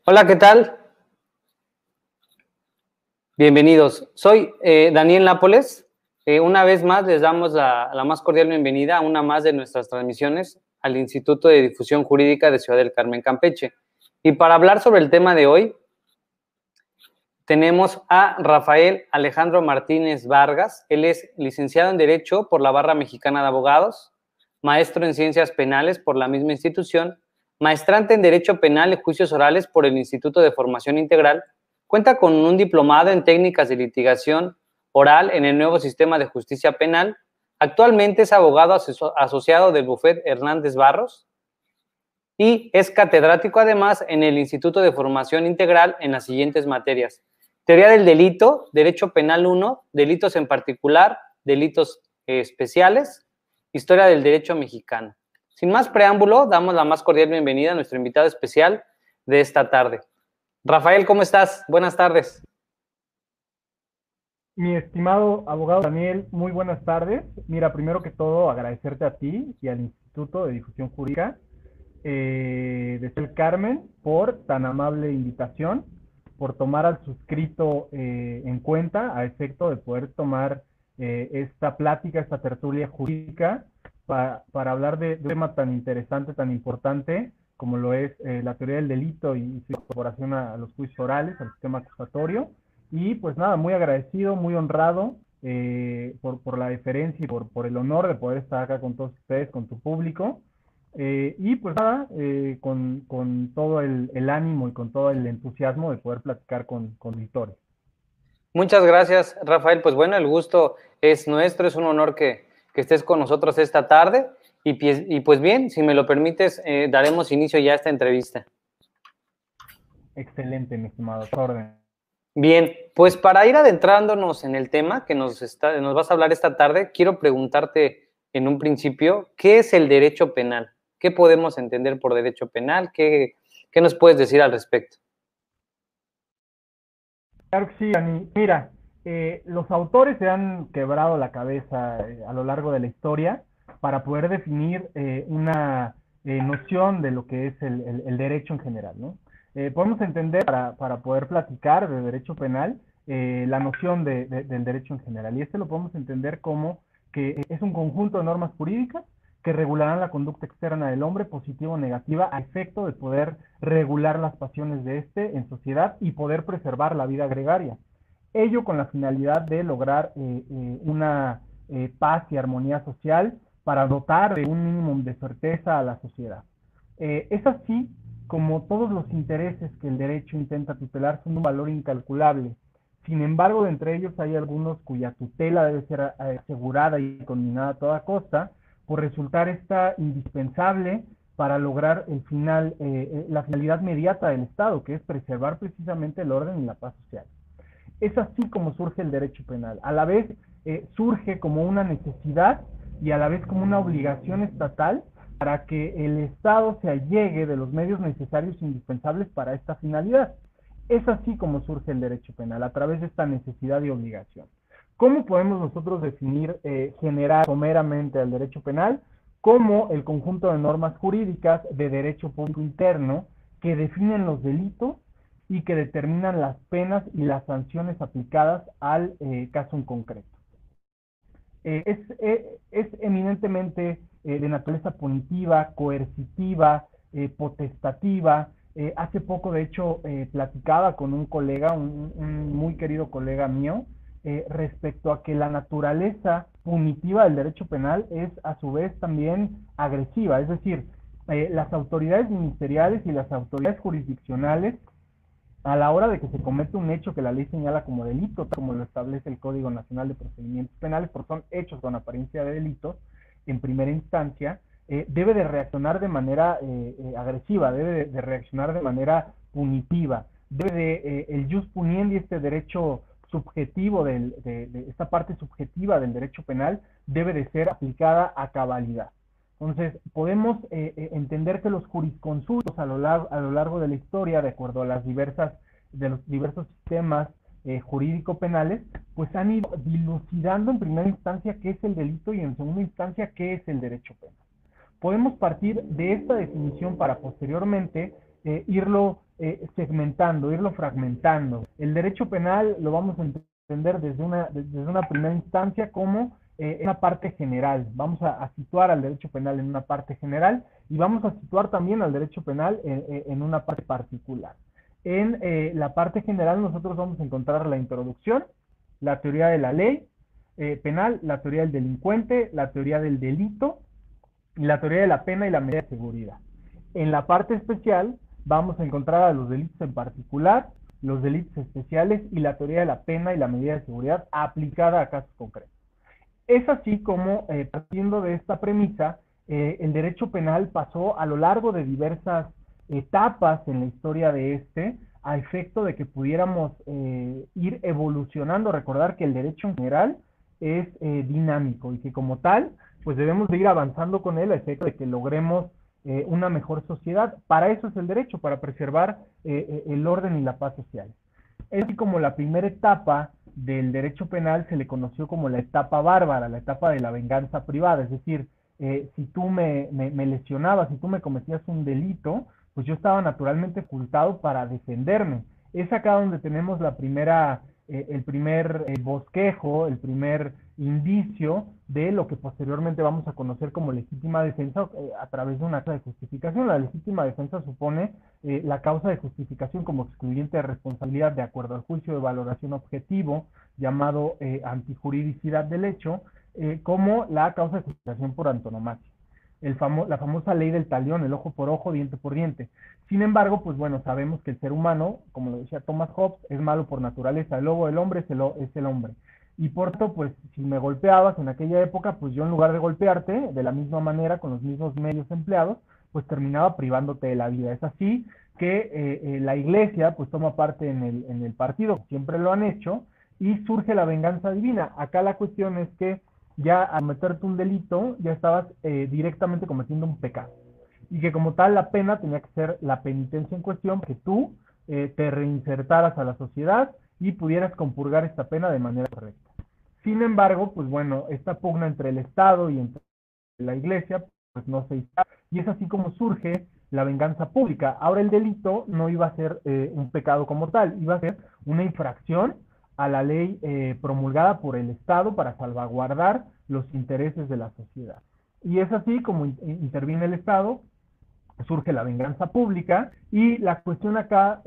Hola, ¿qué tal? Bienvenidos. Soy Daniel Nápoles. Una vez más les damos la más cordial bienvenida a una más de nuestras transmisiones al Instituto de Difusión Jurídica de Ciudad del Carmen, Campeche. Y para hablar sobre el tema de hoy, tenemos a Rafael Alejandro Martínez Vargas. Él es licenciado en Derecho por la Barra Mexicana de Abogados, maestro en Ciencias Penales por la misma institución, maestrante en Derecho Penal y Juicios Orales por el Instituto de Formación Integral. Cuenta con un diplomado en técnicas de litigación oral en el nuevo sistema de justicia penal. Actualmente es abogado asociado del bufete Hernández Barros y es catedrático además en el Instituto de Formación Integral en las siguientes materias: Teoría del delito, Derecho Penal 1, delitos en particular, delitos especiales, Historia del Derecho Mexicano. Sin más preámbulo, damos la más cordial bienvenida a nuestro invitado especial de esta tarde. Rafael, ¿cómo estás? Buenas tardes. Mi estimado abogado Daniel, muy buenas tardes. Mira, primero que todo, agradecerte a ti y al Instituto de Difusión Jurídica de Ciudad del Carmen por tan amable invitación, por tomar al suscrito en cuenta a efecto de poder tomar esta plática, esta tertulia jurídica para hablar de un tema tan interesante, tan importante como lo es la teoría del delito y su incorporación a los juicios orales, al sistema acusatorio. Y pues nada, muy agradecido, muy honrado por la deferencia y por el honor de poder estar acá con todos ustedes, con tu público. Y pues nada, con todo el ánimo y con todo el entusiasmo de poder platicar con editores. Muchas gracias, Rafael. Pues bueno, el gusto es nuestro, es un honor que estés con nosotros esta tarde. Y pues bien, si me lo permites, daremos inicio ya a esta entrevista. Excelente, mi estimado, orden. Bien, pues para ir adentrándonos en el tema que nos vas a hablar esta tarde, quiero preguntarte en un principio, ¿qué es el derecho penal? ¿Qué podemos entender por derecho penal? ¿Qué nos puedes decir al respecto? Claro que sí, Dani. Mira, los autores se han quebrado la cabeza a lo largo de la historia para poder definir una noción de lo que es el derecho en general, ¿no? Podemos entender para poder platicar de derecho penal la noción del derecho en general. Y este lo podemos entender como que es un conjunto de normas jurídicas que regularán la conducta externa del hombre, positiva o negativa, a efecto de poder regular las pasiones de éste en sociedad y poder preservar la vida gregaria. Ello con la finalidad de lograr una paz y armonía social para dotar de un mínimo de certeza a la sociedad. Es así como todos los intereses que el derecho intenta tutelar son un valor incalculable. Sin embargo, de entre ellos hay algunos cuya tutela debe ser asegurada y conminada a toda costa, por resultar esta indispensable para lograr la finalidad mediata del Estado, que es preservar precisamente el orden y la paz social. Es así como surge el derecho penal. A la vez surge como una necesidad y a la vez como una obligación estatal para que el Estado se allegue de los medios necesarios e indispensables para esta finalidad. Es así como surge el derecho penal, a través de esta necesidad y obligación. ¿Cómo podemos nosotros definir general someramente al derecho penal? Como el conjunto de normas jurídicas de derecho público interno que definen los delitos y que determinan las penas y las sanciones aplicadas al caso en concreto. Es eminentemente de naturaleza punitiva, coercitiva, potestativa. Hace poco, de hecho, platicaba con un colega, un muy querido colega mío, respecto a que la naturaleza punitiva del derecho penal es a su vez también agresiva, es decir, las autoridades ministeriales y las autoridades jurisdiccionales a la hora de que se comete un hecho que la ley señala como delito, como lo establece el Código Nacional de Procedimientos Penales, porque son hechos con apariencia de delitos, en primera instancia, debe de reaccionar de manera agresiva, debe de reaccionar de manera punitiva, debe de el jus puniendi, este derecho subjetivo de esta parte subjetiva del derecho penal, debe de ser aplicada a cabalidad. Entonces, podemos entender que los jurisconsultos a lo largo de la historia, de acuerdo a de los diversos sistemas jurídico-penales, pues han ido dilucidando en primera instancia qué es el delito y en segunda instancia qué es el derecho penal. Podemos partir de esta definición para posteriormente irlo segmentando, irlo fragmentando. El derecho penal lo vamos a entender desde una primera instancia como una parte general. Vamos a situar al derecho penal en una parte general y vamos a situar también al derecho penal en una parte particular. En la parte general nosotros vamos a encontrar la introducción, la teoría de la ley penal, la teoría del delincuente, la teoría del delito, y la teoría de la pena y la medida de seguridad. En la parte especial vamos a encontrar a los delitos en particular, los delitos especiales y la teoría de la pena y la medida de seguridad aplicada a casos concretos. Es así como, partiendo de esta premisa, el derecho penal pasó a lo largo de diversas etapas en la historia de a efecto de que pudiéramos ir evolucionando. Recordar que el derecho en general es dinámico y que como tal, pues debemos de ir avanzando con él a efecto de que logremos una mejor sociedad. Para eso es el derecho, para preservar el orden y la paz social. Es así como la primera etapa del derecho penal se le conoció como la etapa bárbara, la etapa de la venganza privada, es decir, si tú me lesionabas, si tú me cometías un delito, pues yo estaba naturalmente facultado para defenderme. Es acá donde tenemos el primer bosquejo, el primer indicio de lo que posteriormente vamos a conocer como legítima defensa a través de un acta de justificación. La legítima defensa supone la causa de justificación como excluyente de responsabilidad de acuerdo al juicio de valoración objetivo llamado antijuridicidad del hecho, como la causa de justificación por antonomasia. La famosa ley del talión, el ojo por ojo, diente por diente. Sin embargo, pues bueno, sabemos que el ser humano, como lo decía Thomas Hobbes, es malo por naturaleza. El lobo del hombre es el hombre. Y por tanto, pues si me golpeabas en aquella época, pues yo en lugar de golpearte, de la misma manera, con los mismos medios empleados, pues terminaba privándote de la vida. Es así que la iglesia pues toma parte en el partido, siempre lo han hecho, y surge la venganza divina. Acá la cuestión es que ya al cometerte un delito, ya estabas directamente cometiendo un pecado. Y que como tal la pena tenía que ser la penitencia en cuestión, que tú te reinsertaras a la sociedad y pudieras compurgar esta pena de manera correcta. Sin embargo, pues bueno, esta pugna entre el Estado y entre la Iglesia, pues no se hizo. Y es así como surge la venganza pública. Ahora el delito no iba a ser un pecado como tal, iba a ser una infracción a la ley promulgada por el Estado para salvaguardar los intereses de la sociedad. Y es así como interviene el Estado, surge la venganza pública, y la cuestión acá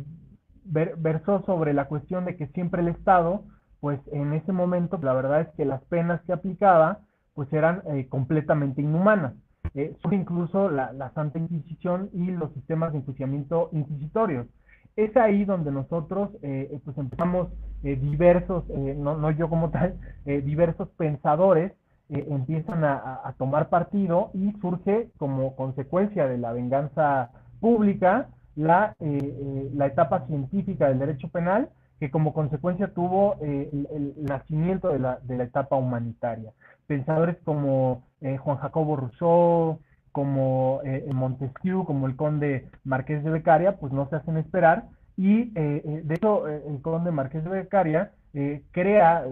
versó sobre la cuestión de que siempre el Estado, pues en ese momento, la verdad es que las penas que aplicaba, pues eran completamente inhumanas. Surge incluso la Santa Inquisición y los sistemas de enjuiciamiento inquisitorios. Es ahí donde nosotros pues empezamos diversos, no yo como tal, diversos pensadores empiezan a tomar partido y surge como consecuencia de la venganza pública la etapa científica del derecho penal, que como consecuencia tuvo el nacimiento de la etapa humanitaria. Pensadores como Juan Jacobo Rousseau, como Montesquieu, como el conde Marqués de Beccaria, pues no se hacen esperar, y de hecho el conde Marqués de Beccaria crea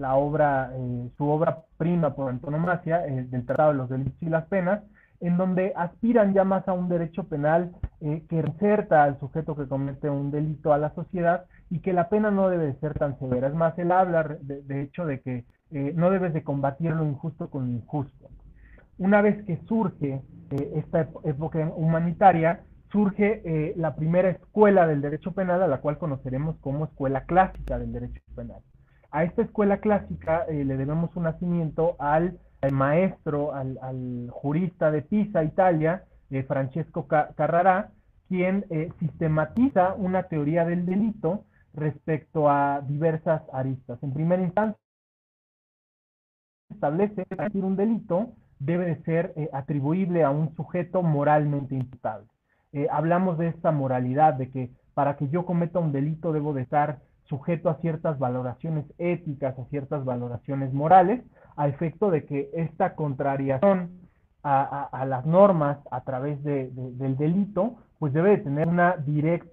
su obra prima por antonomasia, del Tratado de los Delitos y las Penas, en donde aspiran ya más a un derecho penal que inserta al sujeto que comete un delito a la sociedad y que la pena no debe de ser tan severa. Es más, él habla de hecho de que no debes de combatir lo injusto con lo injusto. Una vez que surge esta época humanitaria, surge la primera escuela del derecho penal, a la cual conoceremos como escuela clásica del derecho penal. A esta escuela clásica le debemos un nacimiento al maestro, al jurista de Pisa, Italia, Francesco Carrará, quien sistematiza una teoría del delito respecto a diversas aristas. En primera instancia, establece que un delito debe de ser atribuible a un sujeto moralmente imputable. Hablamos de esta moralidad, de que para que yo cometa un delito debo de estar sujeto a ciertas valoraciones éticas, a ciertas valoraciones morales, a efecto de que esta contrariación a las normas a través del delito, pues debe de tener un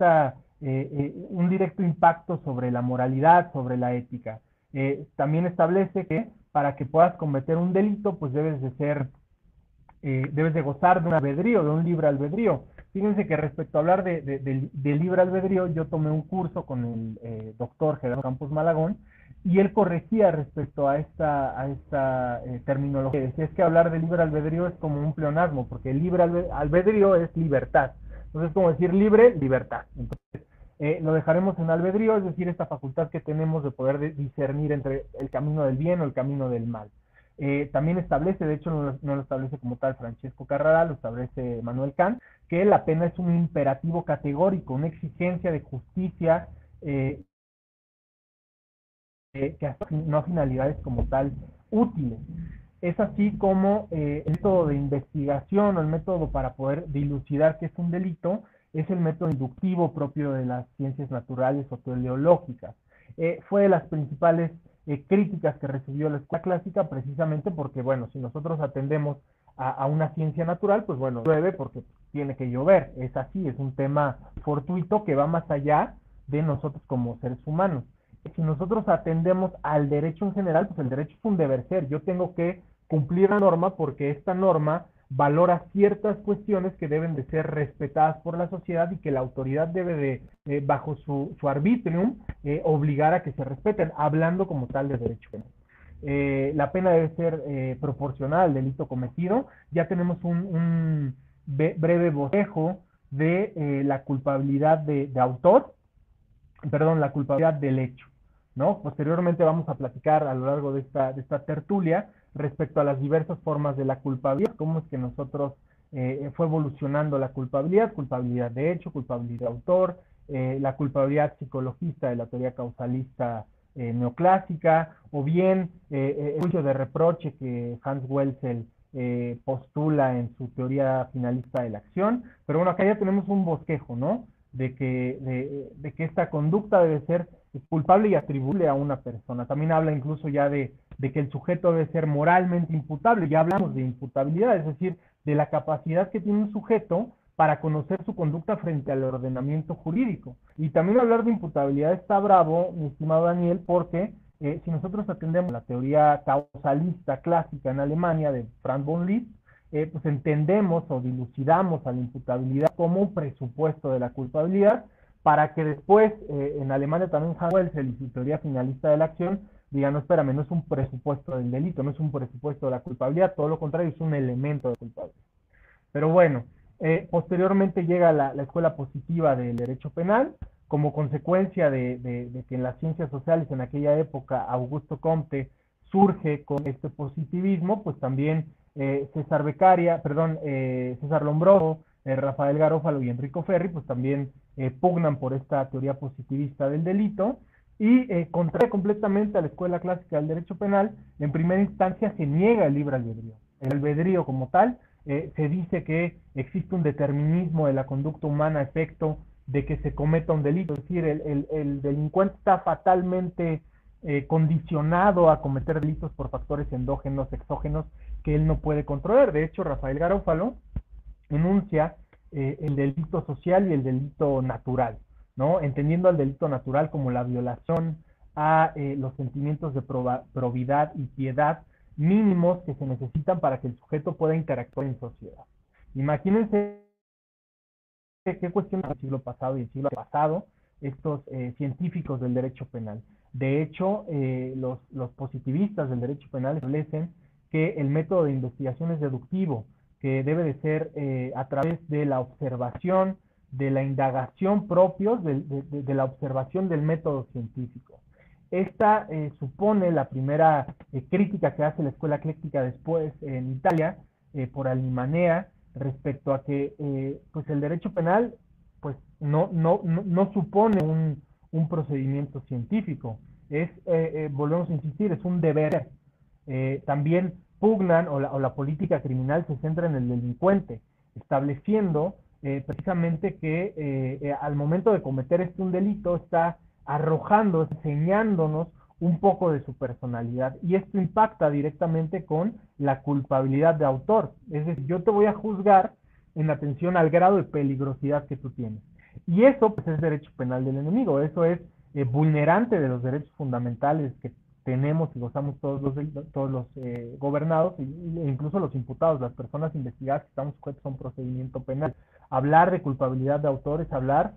directo impacto sobre la moralidad, sobre la ética. También establece que para que puedas cometer un delito, pues debes de gozar de un albedrío, de un libre albedrío. Fíjense que respecto a hablar de libre albedrío, yo tomé un curso con el doctor Gerardo Campos Malagón, y él corregía respecto a esta terminología. Decía, es que hablar de libre albedrío es como un pleonasmo, porque el libre albedrío es libertad. Entonces, como decir libre, libertad. Entonces, lo dejaremos en albedrío, es decir, esta facultad que tenemos de poder discernir entre el camino del bien o el camino del mal. También establece, de hecho no lo establece como tal Francesco Carrara, lo establece Manuel Kant, que la pena es un imperativo categórico, una exigencia de justicia que no finalidades como tal útiles. Es así como el método de investigación o el método para poder dilucidar qué es un delito es el método inductivo propio de las ciencias naturales o teleológicas. Fue de las principales críticas que recibió la escuela clásica precisamente porque, bueno, si nosotros atendemos a una ciencia natural, pues bueno, llueve porque tiene que llover. Es así, es un tema fortuito que va más allá de nosotros como seres humanos. Si nosotros atendemos al derecho en general, pues el derecho es un deber ser. Yo tengo que cumplir la norma porque esta norma valora ciertas cuestiones que deben de ser respetadas por la sociedad y que la autoridad debe de bajo su arbitrium, obligar a que se respeten, hablando como tal de derecho penal. La pena debe ser proporcional al delito cometido. Ya tenemos un breve bosquejo de la culpabilidad de autor, perdón, la culpabilidad del hecho, ¿no? Posteriormente vamos a platicar a lo largo de esta tertulia respecto a las diversas formas de la culpabilidad, cómo es que nosotros fue evolucionando la culpabilidad de hecho, culpabilidad de autor, la culpabilidad psicologista de la teoría causalista neoclásica, o bien el juicio de reproche que Hans Welzel postula en su teoría finalista de la acción. Pero bueno, acá ya tenemos un bosquejo, ¿no? De que esta conducta debe ser culpable y atribuible a una persona. También habla incluso ya de que el sujeto debe ser moralmente imputable. Ya hablamos de imputabilidad, es decir, de la capacidad que tiene un sujeto para conocer su conducta frente al ordenamiento jurídico. Y también hablar de imputabilidad está bravo, mi estimado Daniel, porque si nosotros atendemos la teoría causalista clásica en Alemania de Franz von Liszt, pues entendemos o dilucidamos a la imputabilidad como un presupuesto de la culpabilidad, para que después en Alemania también Hans Welzel y su teoría finalista de la acción digan, no, espérame, no es un presupuesto del delito, no es un presupuesto de la culpabilidad, todo lo contrario, es un elemento de culpabilidad. Pero bueno, posteriormente llega la escuela positiva del derecho penal, como consecuencia de que en las ciencias sociales en aquella época Augusto Comte surge con este positivismo, pues también César Beccaria, perdón, César Lombroso, Rafael Garófalo y Enrico Ferri, pues también pugnan por esta teoría positivista del delito, y contraria completamente a la escuela clásica del derecho penal. En primera instancia se niega el libre albedrío. El albedrío como tal, se dice que existe un determinismo de la conducta humana a efecto de que se cometa un delito, es decir, el delincuente está fatalmente condicionado a cometer delitos por factores endógenos, exógenos, que él no puede controlar. De hecho, Rafael Garófalo enuncia el delito social y el delito natural, ¿no? Entendiendo al delito natural como la violación a los sentimientos de probidad y piedad mínimos que se necesitan para que el sujeto pueda interactuar en sociedad. Imagínense qué cuestión del siglo pasado y el siglo pasado estos científicos del derecho penal. De hecho, los positivistas del derecho penal establecen que el método de investigación es deductivo, que debe de ser a través de la observación, de la indagación propios, de la observación del método científico. Esta supone la primera crítica que hace la escuela ecléctica después en Italia por Alimanea respecto a que pues el derecho penal pues no supone un procedimiento científico, volvemos a insistir, es un deber. También pugnan o la política criminal se centra en el delincuente, estableciendo precisamente que al momento de cometer un delito está arrojando, enseñándonos un poco de su personalidad, y esto impacta directamente con la culpabilidad de autor. Es decir, yo te voy a juzgar en atención al grado de peligrosidad que tú tienes, y eso pues es derecho penal del enemigo, eso es vulnerante de los derechos fundamentales que tenemos y gozamos todos los gobernados, e incluso los imputados, las personas investigadas que estamos sujetos a un procedimiento penal. Hablar de culpabilidad de autores, hablar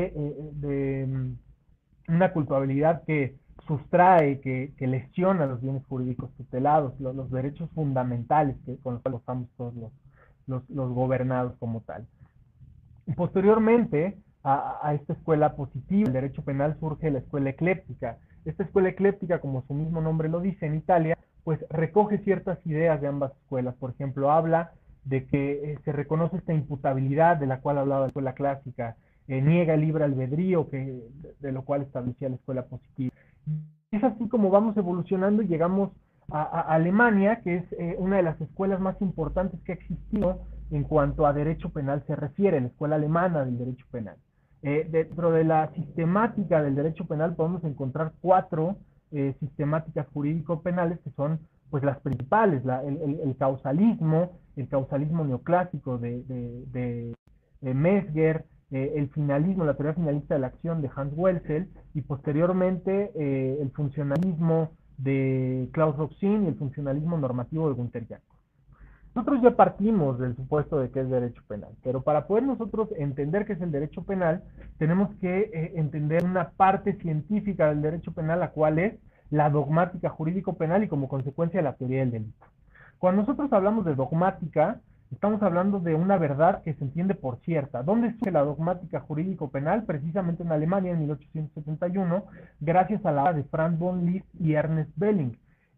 de una culpabilidad que sustrae, que lesiona los bienes jurídicos tutelados, los derechos fundamentales con los cuales estamos todos los gobernados como tal. Posteriormente a esta escuela positiva, el derecho penal, surge la escuela ecléptica. Esta escuela ecléptica, como su mismo nombre lo dice, en Italia, pues recoge ciertas ideas de ambas escuelas. Por ejemplo, habla de que se reconoce esta imputabilidad de la cual hablaba la escuela clásica, niega el libre albedrío, de lo cual establecía la escuela positiva. Es así como vamos evolucionando y llegamos a Alemania, que es una de las escuelas más importantes que ha existido en cuanto a derecho penal se refiere, la escuela alemana del derecho penal. Dentro de la sistemática del derecho penal podemos encontrar 4 sistemáticas jurídico-penales que son pues las principales, el causalismo neoclásico de Mesger, el finalismo, la teoría finalista de la acción de Hans Welzel, y posteriormente el funcionalismo de Klaus Roxin y el funcionalismo normativo de Günther Jacob. Nosotros ya partimos del supuesto de que es derecho penal, pero para poder nosotros entender qué es el derecho penal, tenemos que entender una parte científica del derecho penal, la cual es la dogmática jurídico-penal y como consecuencia la teoría del delito. Cuando nosotros hablamos de dogmática, estamos hablando de una verdad que se entiende por cierta. ¿Dónde surge la dogmática jurídico-penal? Precisamente en Alemania, en 1871, gracias a la obra de Franz von Liszt y Ernest Belling.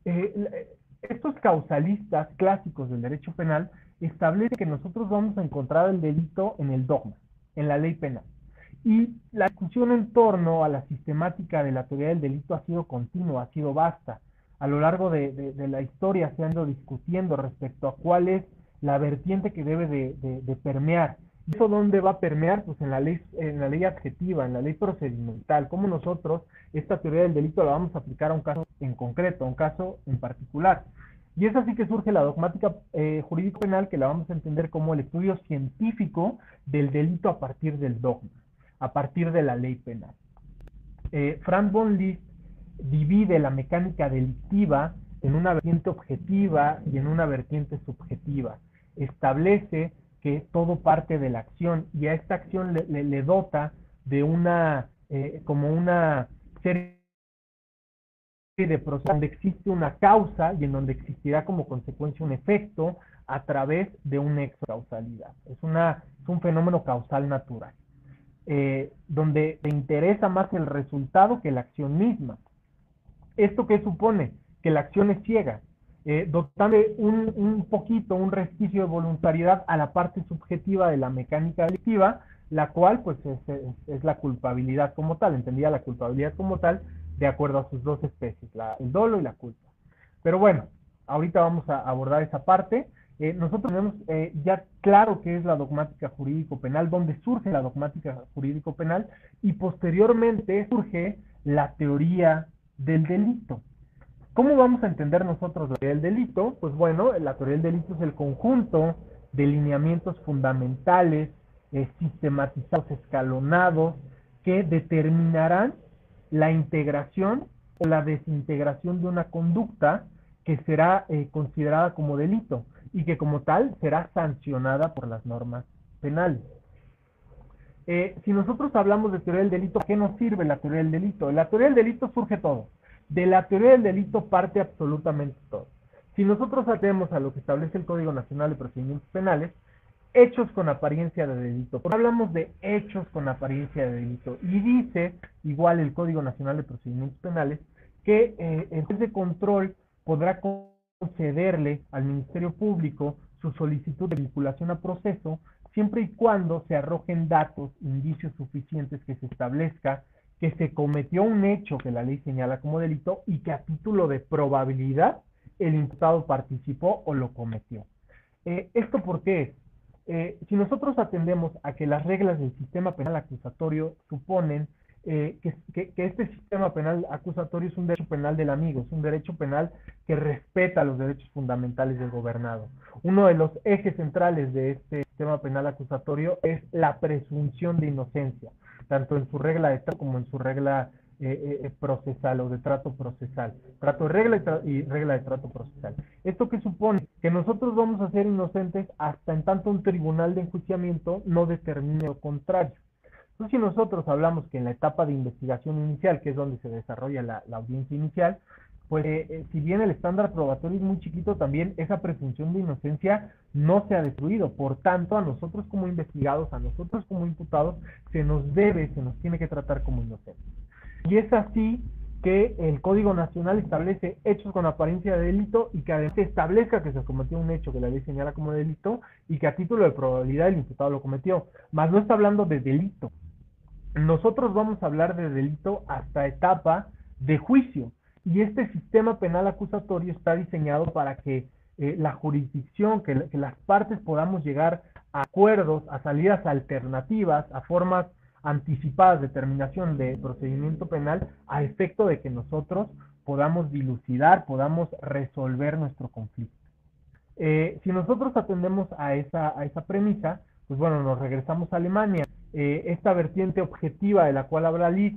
Estos causalistas clásicos del derecho penal establecen que nosotros vamos a encontrar el delito en el dogma, en la ley penal. Y la discusión en torno a la sistemática de la teoría del delito ha sido continua, ha sido vasta. A lo largo de la historia se han ido discutiendo respecto a cuál es la vertiente que debe de permear. ¿Eso dónde va a permear? Pues en la ley adjetiva, en la ley procedimental. Cómo nosotros esta teoría del delito la vamos a aplicar a un caso en concreto, a un caso en particular. Y es así que surge la dogmática jurídico-penal, que la vamos a entender como el estudio científico del delito a partir del dogma, a partir de la ley penal. Franz von Liszt divide la mecánica delictiva en una vertiente objetiva y en una vertiente subjetiva. Establece que todo parte de la acción y a esta acción le dota de como una serie de procesos donde existe una causa y en donde existirá como consecuencia un efecto a través de un nexo de causalidad. Es un fenómeno causal natural, donde te interesa más el resultado que la acción misma. ¿Esto qué supone? Que la acción es ciega, dotando un poquito, un resquicio de voluntariedad a la parte subjetiva de la mecánica delictiva, la cual pues es la culpabilidad como tal, entendida la culpabilidad como tal de acuerdo a sus dos especies, el dolo y la culpa. Pero bueno, ahorita vamos a abordar esa parte. Nosotros tenemos ya claro qué es la dogmática jurídico-penal, dónde surge la dogmática jurídico-penal y posteriormente surge la teoría del delito. ¿Cómo vamos a entender nosotros la teoría del delito? Pues bueno, la teoría del delito es el conjunto de lineamientos fundamentales, sistematizados, escalonados, que determinarán la integración o la desintegración de una conducta que será considerada como delito y que como tal será sancionada por las normas penales. Si nosotros hablamos de teoría del delito, ¿a qué nos sirve la teoría del delito? La teoría del delito surge todo. De la teoría del delito parte absolutamente todo. Si nosotros atendemos a lo que establece el Código Nacional de Procedimientos Penales, hechos con apariencia de delito. Porque hablamos de hechos con apariencia de delito. Y dice, igual el Código Nacional de Procedimientos Penales, que el juez de control podrá concederle al Ministerio Público su solicitud de vinculación a proceso siempre y cuando se arrojen datos, indicios suficientes que se establezca que se cometió un hecho que la ley señala como delito y que a título de probabilidad el imputado participó o lo cometió. ¿Esto por qué es? Si nosotros atendemos a que las reglas del sistema penal acusatorio suponen que este sistema penal acusatorio es un derecho penal del amigo, es un derecho penal que respeta los derechos fundamentales del gobernado. Uno de los ejes centrales de este sistema penal acusatorio es la presunción de inocencia, tanto en su regla de trato como en su regla procesal o de trato procesal, trato de regla y regla de trato procesal. ¿Esto qué supone? Que nosotros vamos a ser inocentes hasta en tanto un tribunal de enjuiciamiento no determine lo contrario. Entonces, si nosotros hablamos que en la etapa de investigación inicial, que es donde se desarrolla la audiencia inicial, pues si bien el estándar probatorio es muy chiquito, también esa presunción de inocencia no se ha destruido. Por tanto, a nosotros como investigados, a nosotros como imputados, se nos tiene que tratar como inocentes. Y es así que el Código Nacional establece hechos con apariencia de delito y que además establezca que se cometió un hecho que la ley señala como delito y que a título de probabilidad el imputado lo cometió. Mas no está hablando de delito. Nosotros vamos a hablar de delito hasta etapa de juicio. Y este sistema penal acusatorio está diseñado para que la jurisdicción, que las partes podamos llegar a acuerdos, a salidas alternativas, a formas anticipadas de terminación de procedimiento penal, a efecto de que nosotros podamos dilucidar, podamos resolver nuestro conflicto. Si nosotros atendemos a esa premisa, pues bueno, nos regresamos a Alemania. Esta vertiente objetiva de la cual habla Liz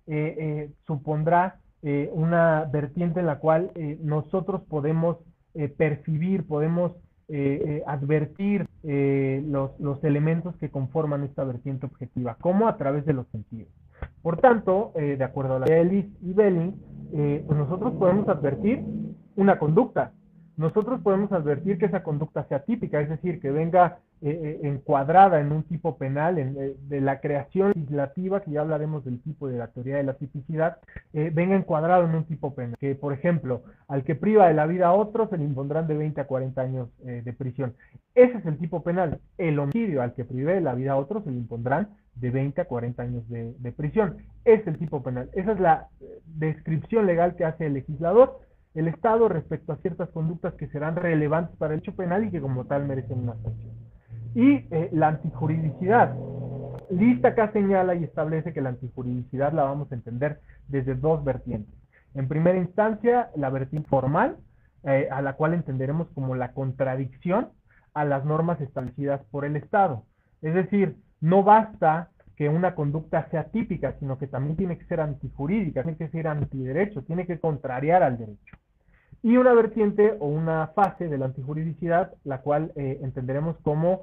supondrá una vertiente en la cual nosotros podemos percibir, podemos advertir los elementos que conforman esta vertiente objetiva, como a través de los sentidos. Por tanto, de acuerdo a la de Liz y Belling, pues nosotros podemos advertir una conducta. Nosotros podemos advertir que esa conducta sea típica, es decir, que venga encuadrada en un tipo penal, de la creación legislativa, que ya hablaremos del tipo de la teoría de la tipicidad, venga encuadrado en un tipo penal. Que, por ejemplo, al que priva de la vida a otro se le impondrán de 20 a 40 años de prisión. Ese es el tipo penal. El homicidio al que prive de la vida a otro se le impondrán de 20 a 40 años de prisión. Es el tipo penal. Esa es la descripción legal que hace el legislador, el Estado, respecto a ciertas conductas que serán relevantes para el hecho penal y que como tal merecen una sanción. Y la antijuridicidad. Lista acá señala y establece que la antijuridicidad la vamos a entender desde dos vertientes. En primera instancia, la vertiente formal, a la cual entenderemos como la contradicción a las normas establecidas por el Estado. Es decir, no basta que una conducta sea típica, sino que también tiene que ser antijurídica, tiene que ser antiderecho, tiene que contrariar al derecho. Y una vertiente o una fase de la antijuridicidad, la cual entenderemos como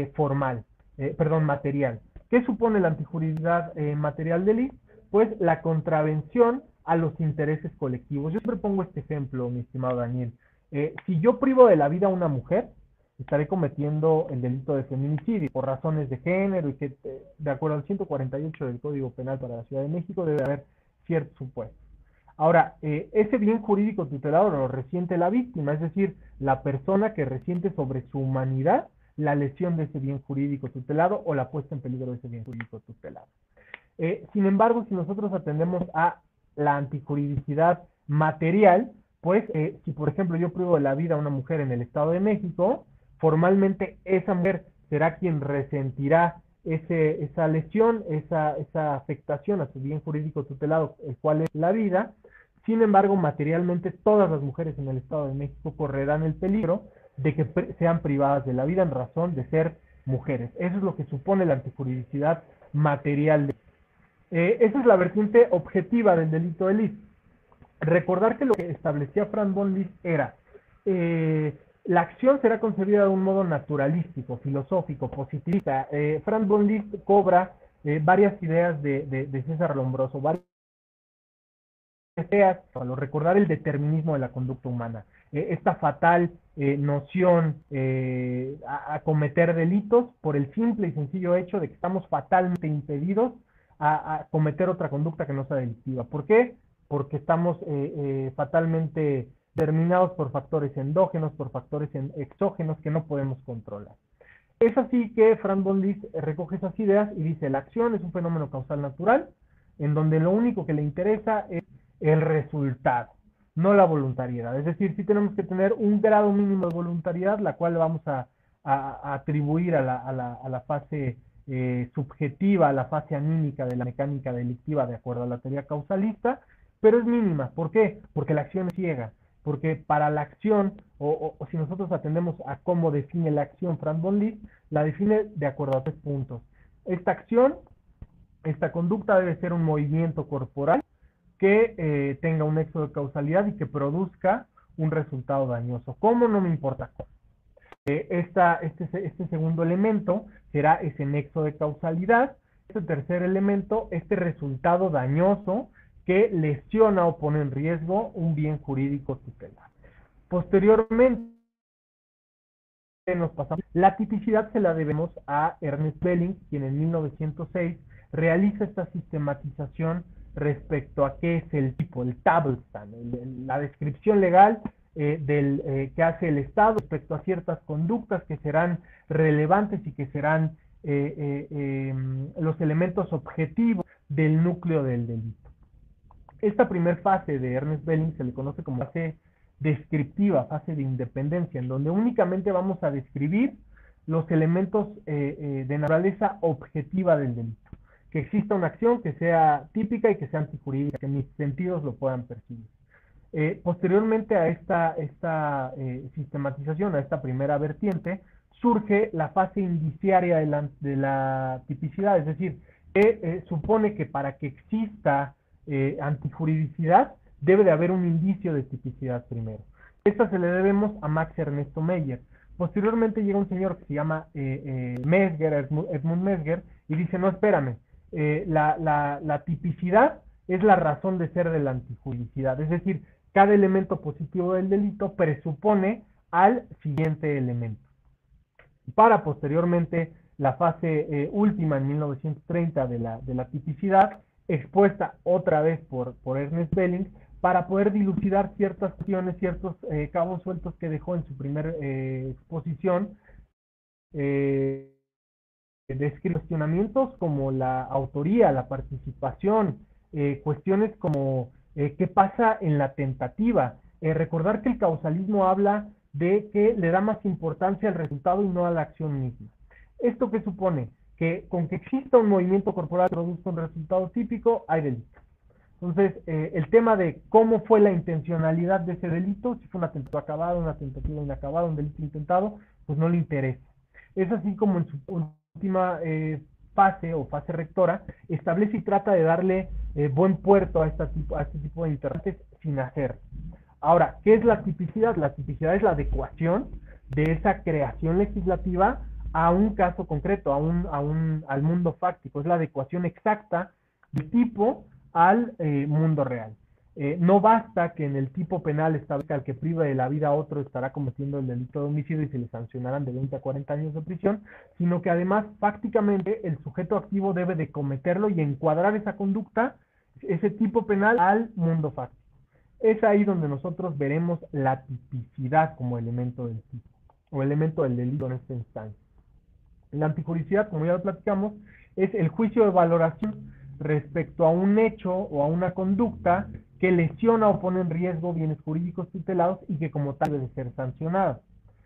material. ¿Qué supone la antijuridicidad material de Liz? Pues la contravención a los intereses colectivos. Yo siempre pongo este ejemplo, mi estimado Daniel. Si yo privo de la vida a una mujer, estaré cometiendo el delito de feminicidio por razones de género y que, de acuerdo al 148 del Código Penal para la Ciudad de México, debe haber ciertos supuestos. Ahora, ese bien jurídico tutelado lo resiente la víctima, es decir, la persona que resiente sobre su humanidad la lesión de ese bien jurídico tutelado o la puesta en peligro de ese bien jurídico tutelado. Sin embargo, si nosotros atendemos a la antijuridicidad material, pues si por ejemplo yo privo de la vida a una mujer en el Estado de México, formalmente esa mujer será quien resentirá esa lesión, esa afectación a su bien jurídico tutelado, el cual es la vida. Sin embargo, materialmente todas las mujeres en el Estado de México correrán el peligro de que sean privadas de la vida en razón de ser mujeres. Eso es lo que supone la antijuridicidad material. Esa es la vertiente objetiva del delito de Liz. Recordar que lo que establecía Franz von Liszt era la acción será concebida de un modo naturalístico, filosófico, positivista. Franz von Liszt cobra varias ideas de César Lombroso, varias ideas para recordar el determinismo de la conducta humana. Esta fatal noción a cometer delitos por el simple y sencillo hecho de que estamos fatalmente impedidos a cometer otra conducta que no sea delictiva. ¿Por qué? Porque estamos fatalmente determinados por factores endógenos, por factores exógenos que no podemos controlar. Es así que Franz von Liszt recoge esas ideas y dice, la acción es un fenómeno causal natural, en donde lo único que le interesa es el resultado, no la voluntariedad. Es decir, sí tenemos que tener un grado mínimo de voluntariedad, la cual vamos a atribuir a la fase subjetiva, a la fase anímica de la mecánica delictiva de acuerdo a la teoría causalista, pero es mínima. ¿Por qué? Porque la acción es ciega. Porque para la acción, o si nosotros atendemos a cómo define la acción Franz von Liszt, la define de acuerdo a 3 puntos. Esta acción, esta conducta debe ser un movimiento corporal que tenga un nexo de causalidad y que produzca un resultado dañoso. ¿Cómo? No me importa cómo. Este segundo elemento será ese nexo de causalidad. Este tercer elemento, este resultado dañoso que lesiona o pone en riesgo un bien jurídico tutelar. Posteriormente, nos pasamos. La tipicidad se la debemos a Ernest Belling, quien en 1906 realiza esta sistematización respecto a qué es el tipo, el Tabelstand, la descripción legal que hace el Estado respecto a ciertas conductas que serán relevantes y que serán los elementos objetivos del núcleo del delito. Esta primera fase de Ernest Belling se le conoce como fase descriptiva, fase de independencia, en donde únicamente vamos a describir los elementos de naturaleza objetiva del delito. Que exista una acción que sea típica y que sea antijurídica, que mis sentidos lo puedan percibir. Posteriormente a esta sistematización, a esta primera vertiente, surge la fase indiciaria de la tipicidad, es decir, que supone que para que exista antijuridicidad debe de haber un indicio de tipicidad primero. Esta se le debemos a Max Ernesto Meyer. Posteriormente llega un señor que se llama Mesger, Edmund Mesger, y dice, no, espérame, la tipicidad es la razón de ser de la antijuridicidad, es decir, cada elemento positivo del delito presupone al siguiente elemento. Para posteriormente la fase última en 1930 de la tipicidad, expuesta otra vez por Ernest Belling, para poder dilucidar ciertas cuestiones, ciertos cabos sueltos que dejó en su primera exposición, cuestionamientos como la autoría, la participación, cuestiones como qué pasa en la tentativa. Recordar que el causalismo habla de que le da más importancia al resultado y no a la acción misma. ¿Esto qué supone? Que con que exista un movimiento corporal que produzca un resultado típico, hay delito. Entonces, el tema de cómo fue la intencionalidad de ese delito, si fue una tentativa acabada, una tentativa inacabada, un delito intentado, pues no le interesa. Es así como en su última fase o fase rectora, establece y trata de darle buen puerto a este tipo de interrogantes sin hacer. Ahora, ¿qué es la tipicidad? La tipicidad es la adecuación de esa creación legislativa a un caso concreto, al mundo fáctico. Es la adecuación exacta del tipo al mundo real. No basta que en el tipo penal establezca al que priva de la vida a otro estará cometiendo el delito de homicidio y se le sancionarán de 20 a 40 años de prisión, sino que además fácticamente el sujeto activo debe de cometerlo y encuadrar esa conducta, ese tipo penal al mundo fáctico. Es ahí donde nosotros veremos la tipicidad como elemento del tipo, o elemento del delito en esta instancia. La antijuridicidad, como ya lo platicamos, es el juicio de valoración respecto a un hecho o a una conducta que lesiona o pone en riesgo bienes jurídicos tutelados y que como tal debe ser sancionada.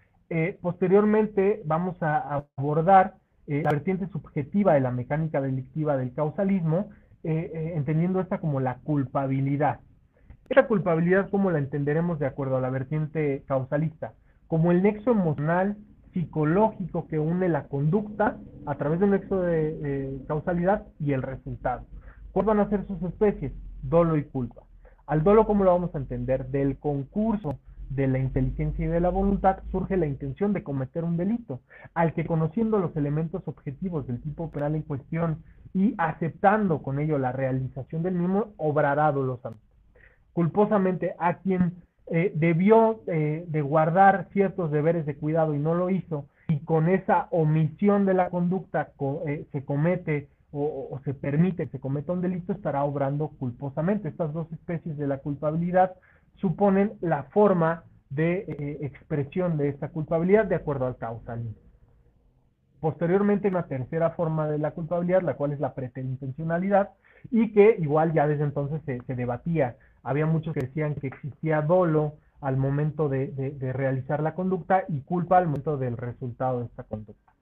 Posteriormente vamos a abordar la vertiente subjetiva de la mecánica delictiva del causalismo, entendiendo esta como la culpabilidad. Esta culpabilidad, ¿cómo la entenderemos de acuerdo a la vertiente causalista? Como el nexo emocional, psicológico que une la conducta a través del nexo de causalidad y el resultado. ¿Cuáles van a ser sus especies? Dolo y culpa. Al dolo, ¿cómo lo vamos a entender? Del concurso de la inteligencia y de la voluntad surge la intención de cometer un delito, al que conociendo los elementos objetivos del tipo penal en cuestión y aceptando con ello la realización del mismo, obrará dolosamente. Culposamente a quien debió de guardar ciertos deberes de cuidado y no lo hizo, y con esa omisión de la conducta se comete o se permite que se cometa un delito, estará obrando culposamente. Estas dos especies de la culpabilidad suponen la forma de expresión de esta culpabilidad de acuerdo al causalismo. Posteriormente, una tercera forma de la culpabilidad, la cual es la preterintencionalidad, y que igual ya desde entonces se debatía. Había muchos que decían que existía dolo al momento de realizar la conducta y culpa al momento del resultado de esta conducta.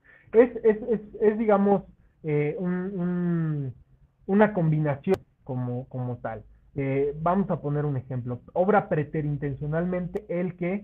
Es digamos, una combinación como tal. Vamos a poner un ejemplo. Obra preterintencionalmente el que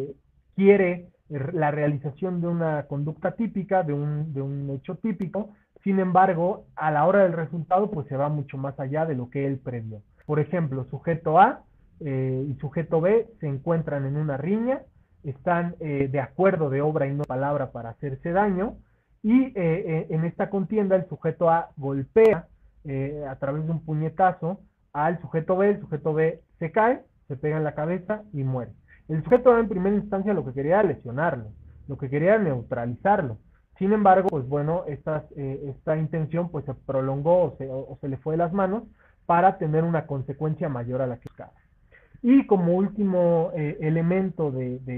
quiere la realización de una conducta típica, de un hecho típico, Sin embargo, a la hora del resultado, pues se va mucho más allá de lo que él previó. Por ejemplo, sujeto A y sujeto B se encuentran en una riña, están de acuerdo de obra y no palabra para hacerse daño, y en esta contienda el sujeto A golpea a través de un puñetazo al sujeto B, el sujeto B se cae, se pega en la cabeza y muere. El sujeto A en primera instancia lo que quería era lesionarlo, lo que quería era neutralizarlo. Sin embargo, pues bueno, esta intención pues se prolongó o se le fue de las manos para tener una consecuencia mayor a la que buscaba. Y como último elemento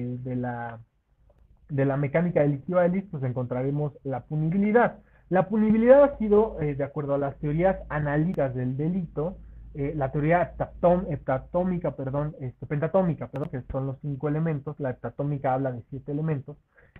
de la mecánica delictiva del IS, pues encontraremos la punibilidad. La punibilidad ha sido, de acuerdo a las teorías analíticas del delito, la teoría heptatómica, pentatómica, que son los 5 elementos, la heptatómica habla de 7 elementos,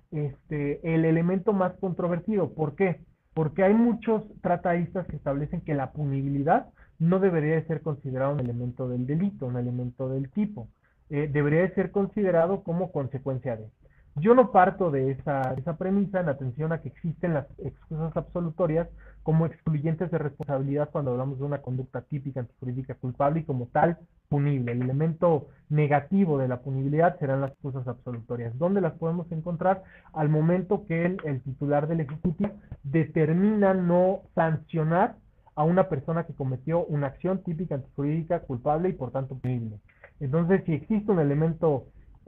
el elemento más controvertido. ¿Por qué? Porque hay muchos trataístas que establecen que la punibilidad no debería de ser considerado un elemento del delito, un elemento del tipo. Debería de ser considerado como consecuencia de. Yo no parto de esa premisa en atención a que existen las excusas absolutorias como excluyentes de responsabilidad cuando hablamos de una conducta típica antijurídica culpable y como tal punible. El elemento negativo de la punibilidad serán las excusas absolutorias. ¿Dónde las podemos encontrar? Al momento que el titular del Ejecutivo determina no sancionar a una persona que cometió una acción típica antijurídica culpable y por tanto punible. Entonces, si existe un elemento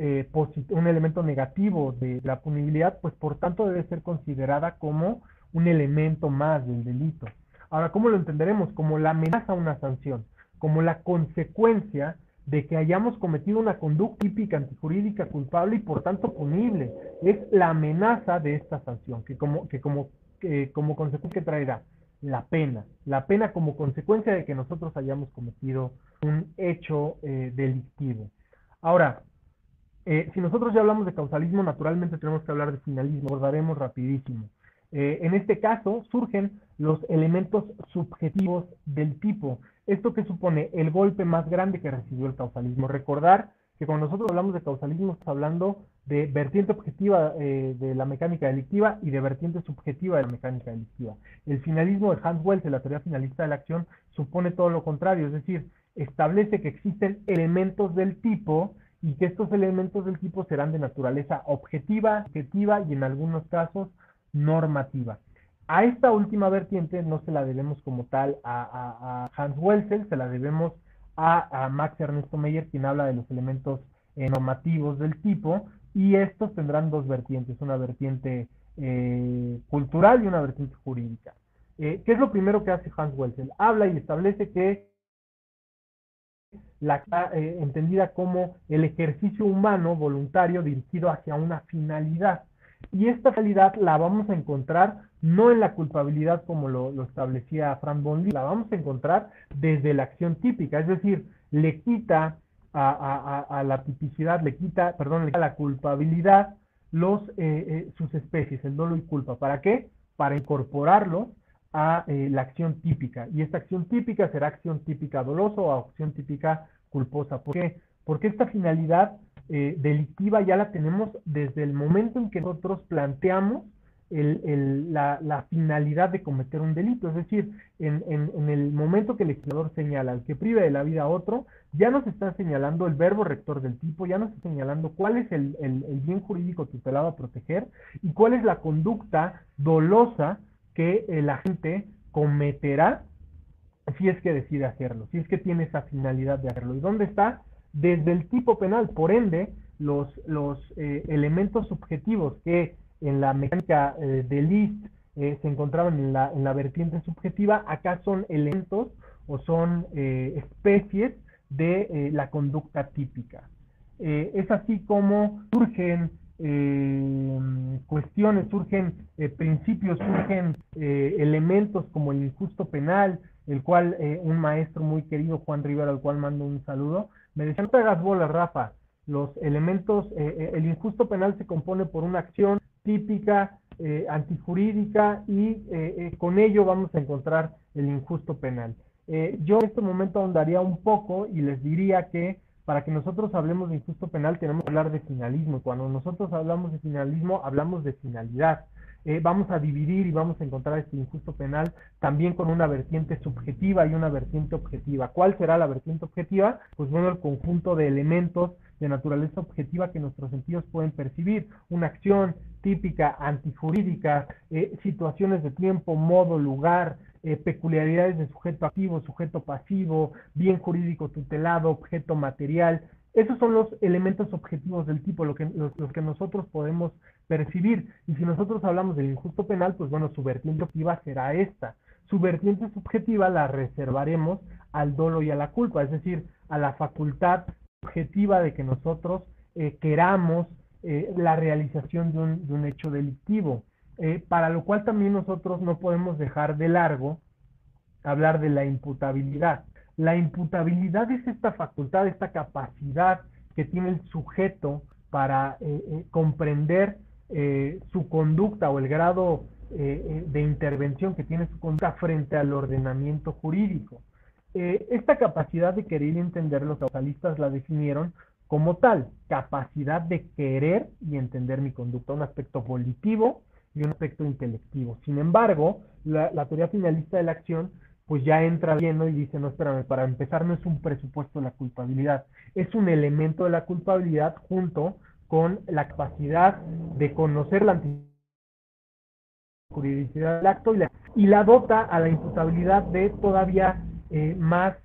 negativo de la punibilidad, pues por tanto debe ser considerada como un elemento más del delito. Ahora, ¿cómo lo entenderemos? Como la amenaza a una sanción, como la consecuencia de que hayamos cometido una conducta típica antijurídica culpable y por tanto punible. Es la amenaza de esta sanción, que como consecuencia traerá la pena como consecuencia de que nosotros hayamos cometido un hecho delictivo. Ahora, si nosotros ya hablamos de causalismo, naturalmente tenemos que hablar de finalismo, abordaremos rapidísimo. En este caso surgen los elementos subjetivos del tipo. ¿Esto que supone? El golpe más grande que recibió el causalismo. Recordar que cuando nosotros hablamos de causalismo estamos hablando de vertiente objetiva de la mecánica delictiva y de vertiente subjetiva de la mecánica delictiva. El finalismo de Hans Wells, la teoría finalista de la acción, supone todo lo contrario, es decir, establece que existen elementos del tipo y que estos elementos del tipo serán de naturaleza objetiva, subjetiva y en algunos casos normativa. A esta última vertiente no se la debemos como tal a Hans Welzel, se la debemos a Max Ernesto Meyer, quien habla de los elementos normativos del tipo, y estos tendrán dos vertientes, una vertiente cultural y una vertiente jurídica. ¿Qué es lo primero que hace Hans Welzel? Habla y establece que entendida como el ejercicio humano voluntario dirigido hacia una finalidad. Y esta finalidad la vamos a encontrar no en la culpabilidad como lo establecía Frank von Liszt, la vamos a encontrar desde la acción típica, es decir, le quita a la tipicidad, le quita a la culpabilidad sus especies, el dolo y culpa. ¿Para qué? Para incorporarlo a la acción típica. Y esta acción típica será acción típica dolosa o acción típica culposa. ¿Por qué? Porque esta finalidad delictiva ya la tenemos desde el momento en que nosotros planteamos la finalidad de cometer un delito. Es decir, en el momento que el legislador señala al que prive de la vida a otro, ya nos está señalando el verbo rector del tipo, ya nos está señalando cuál es el bien jurídico tutelado a proteger y cuál es la conducta dolosa que el agente cometerá si es que decide hacerlo, si es que tiene esa finalidad de hacerlo. ¿Y dónde está? Desde el tipo penal. Por ende, los elementos subjetivos que en la mecánica de Liszt se encontraban en la vertiente subjetiva, acá son elementos o son especies de la conducta típica. Es así como surgen cuestiones, surgen principios, surgen elementos como el injusto penal, el cual un maestro muy querido, Juan Rivera, al cual mando un saludo, me decía: no te hagas bolas, Rafa, los elementos, el injusto penal se compone por una acción típica, antijurídica y con ello vamos a encontrar el injusto penal. Yo en este momento ahondaría un poco y les diría que para que nosotros hablemos de injusto penal tenemos que hablar de finalismo. Cuando nosotros hablamos de finalismo, hablamos de finalidad. vamos a dividir y vamos a encontrar este injusto penal también con una vertiente subjetiva y una vertiente objetiva. ¿Cuál será la vertiente objetiva? Pues bueno, el conjunto de elementos de naturaleza objetiva que nuestros sentidos pueden percibir, una acción típica, antijurídica, situaciones de tiempo, modo, lugar, peculiaridades de sujeto activo, sujeto pasivo, bien jurídico tutelado, objeto material. Esos son los elementos objetivos del tipo, los que nosotros podemos percibir. Y si nosotros hablamos del injusto penal, pues bueno, su vertiente objetiva será esta. Su vertiente subjetiva la reservaremos al dolo y a la culpa, es decir, a la facultad objetiva de que nosotros queramos la realización de un hecho delictivo, para lo cual también nosotros no podemos dejar de largo hablar de la imputabilidad. La imputabilidad es esta facultad, esta capacidad que tiene el sujeto para comprender su conducta o el grado de intervención que tiene su conducta frente al ordenamiento jurídico. Esta capacidad de querer y entender, los causalistas la definieron como tal, capacidad de querer y entender mi conducta, un aspecto volitivo y un aspecto intelectivo. Sin embargo, la teoría finalista de la acción pues ya entra lleno y dice, no, espérame, para empezar no es un presupuesto de la culpabilidad, es un elemento de la culpabilidad junto con la capacidad de conocer la juridicidad del acto y la dota a la imputabilidad de todavía más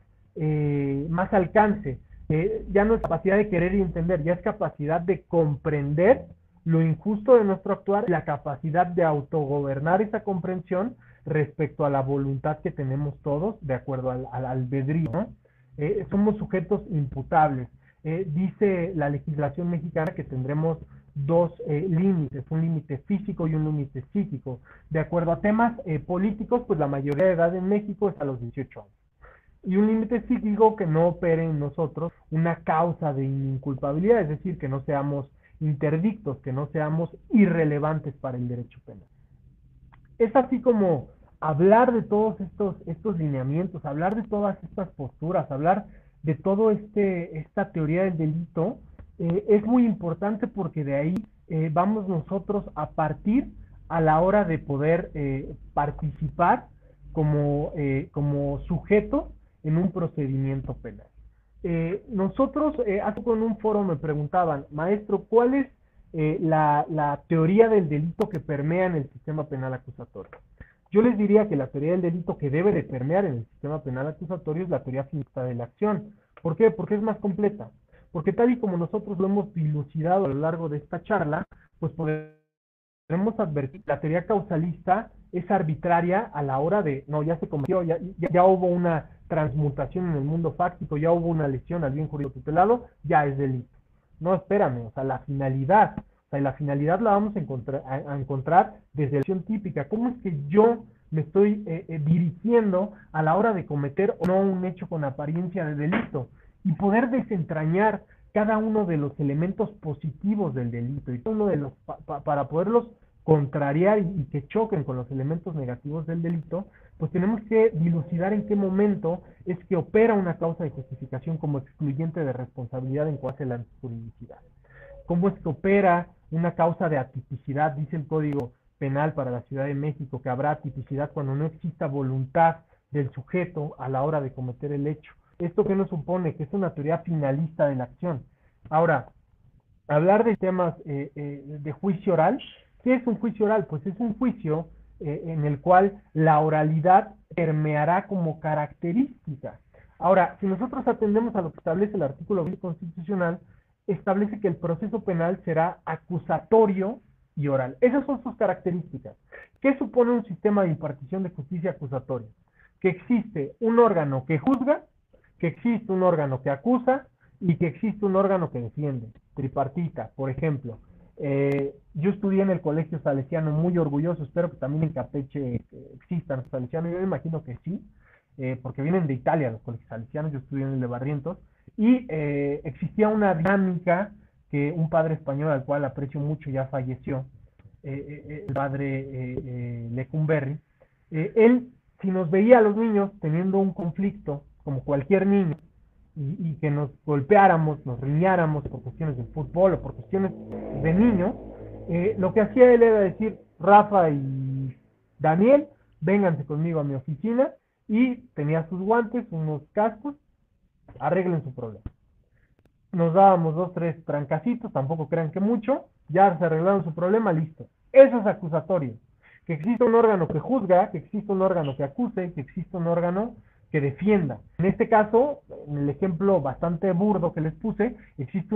alcance. Ya no es capacidad de querer y entender, ya es capacidad de comprender lo injusto de nuestro actuar, la capacidad de autogobernar esa comprensión respecto a la voluntad que tenemos todos, de acuerdo al albedrío, ¿no? Somos sujetos imputables. Dice la legislación mexicana que tendremos dos límites, un límite físico y un límite psíquico. De acuerdo a temas políticos, pues la mayoría de edad en México es a los 18 años. Y un límite psíquico que no opere en nosotros una causa de inculpabilidad, es decir, que no seamos interdictos, que no seamos irrelevantes para el derecho penal. Es así como hablar de todos estos lineamientos, hablar de todas estas posturas, hablar de todo esta teoría del delito, es muy importante porque de ahí vamos nosotros a partir a la hora de poder participar como sujeto en un procedimiento penal. Nosotros, hace con un foro me preguntaban, maestro, ¿cuál es la teoría del delito que permea en el sistema penal acusatorio? Yo les diría que la teoría del delito que debe de permear en el sistema penal acusatorio es la teoría finalista de la acción. ¿Por qué? Porque es más completa. Porque tal y como nosotros lo hemos dilucidado a lo largo de esta charla, pues podemos advertir que la teoría causalista es arbitraria a la hora de, no, ya se cometió, ya hubo una transmutación en el mundo fáctico, ya hubo una lesión al bien jurídico tutelado, ya es delito. No, espérame, o sea, la finalidad la vamos a encontrar desde la acción típica. ¿Cómo es que yo me estoy dirigiendo a la hora de cometer o no un hecho con apariencia de delito? Y poder desentrañar cada uno de los elementos positivos del delito y uno de los para poderlos contrariar y que choquen con los elementos negativos del delito, pues tenemos que dilucidar en qué momento es que opera una causa de justificación como excluyente de responsabilidad en cuanto a la juridicidad. ¿Cómo es que opera una causa de atipicidad? Dice el Código Penal para la Ciudad de México que habrá atipicidad cuando no exista voluntad del sujeto a la hora de cometer el hecho. ¿Esto qué nos supone? Que es una teoría finalista de la acción. Ahora, hablar de temas de juicio oral. ¿Qué es un juicio oral? Pues es un juicio en el cual la oralidad permeará como característica. Ahora, si nosotros atendemos a lo que establece el artículo 20 constitucional, establece que el proceso penal será acusatorio y oral. Esas son sus características. ¿Qué supone un sistema de impartición de justicia acusatoria? Que existe un órgano que juzga, que existe un órgano que acusa y que existe un órgano que defiende. Tripartita, por ejemplo. Yo estudié en el Colegio Salesiano, muy orgulloso, espero que también en Campeche existan los salesianos, yo me imagino que sí, porque vienen de Italia los colegios salesianos, yo estudié en el de Barrientos, y existía una dinámica que un padre español al cual aprecio mucho ya falleció, el padre Lecumberri, él si nos veía a los niños teniendo un conflicto, como cualquier niño, y que nos golpeáramos, nos riñáramos por cuestiones de fútbol o por cuestiones de niños, lo que hacía él era decir, Rafa y Daniel, vénganse conmigo a mi oficina, y tenía sus guantes, unos cascos, arreglen su problema. Nos dábamos 2, 3 trancacitos, tampoco crean que mucho, ya se arreglaron su problema, listo. Eso es acusatorio. Que exista un órgano que juzga, que exista un órgano que acuse, que exista un órgano que defienda. En este caso, en el ejemplo bastante burdo que les puse, existe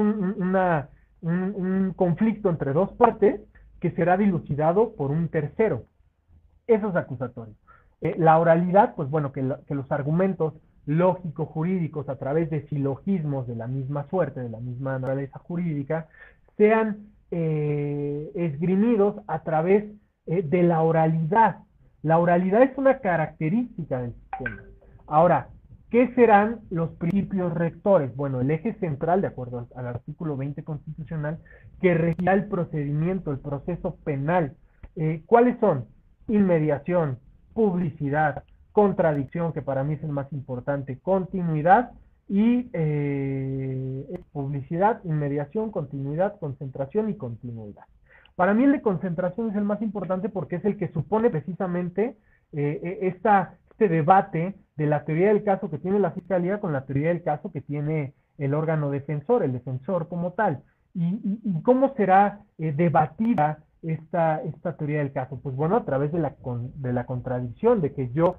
un conflicto entre dos partes que será dilucidado por un tercero. Eso es acusatorio. La oralidad, pues bueno, que los argumentos lógico-jurídicos a través de silogismos de la misma suerte, de la misma naturaleza jurídica, sean esgrimidos a través de la oralidad. La oralidad es una característica del sistema. Ahora, ¿qué serán los principios rectores? Bueno, el eje central, de acuerdo al artículo 20 constitucional, que regirá el procedimiento, el proceso penal. ¿Cuáles son? Inmediación, publicidad, contradicción, que para mí es el más importante, continuidad y publicidad, inmediación, continuidad, concentración y continuidad. Para mí el de concentración es el más importante porque es el que supone precisamente este debate de la teoría del caso que tiene la Fiscalía con la teoría del caso que tiene el órgano defensor, el defensor como tal. ¿Y cómo será debatida esta teoría del caso? Pues bueno, a través de la contradicción, de que yo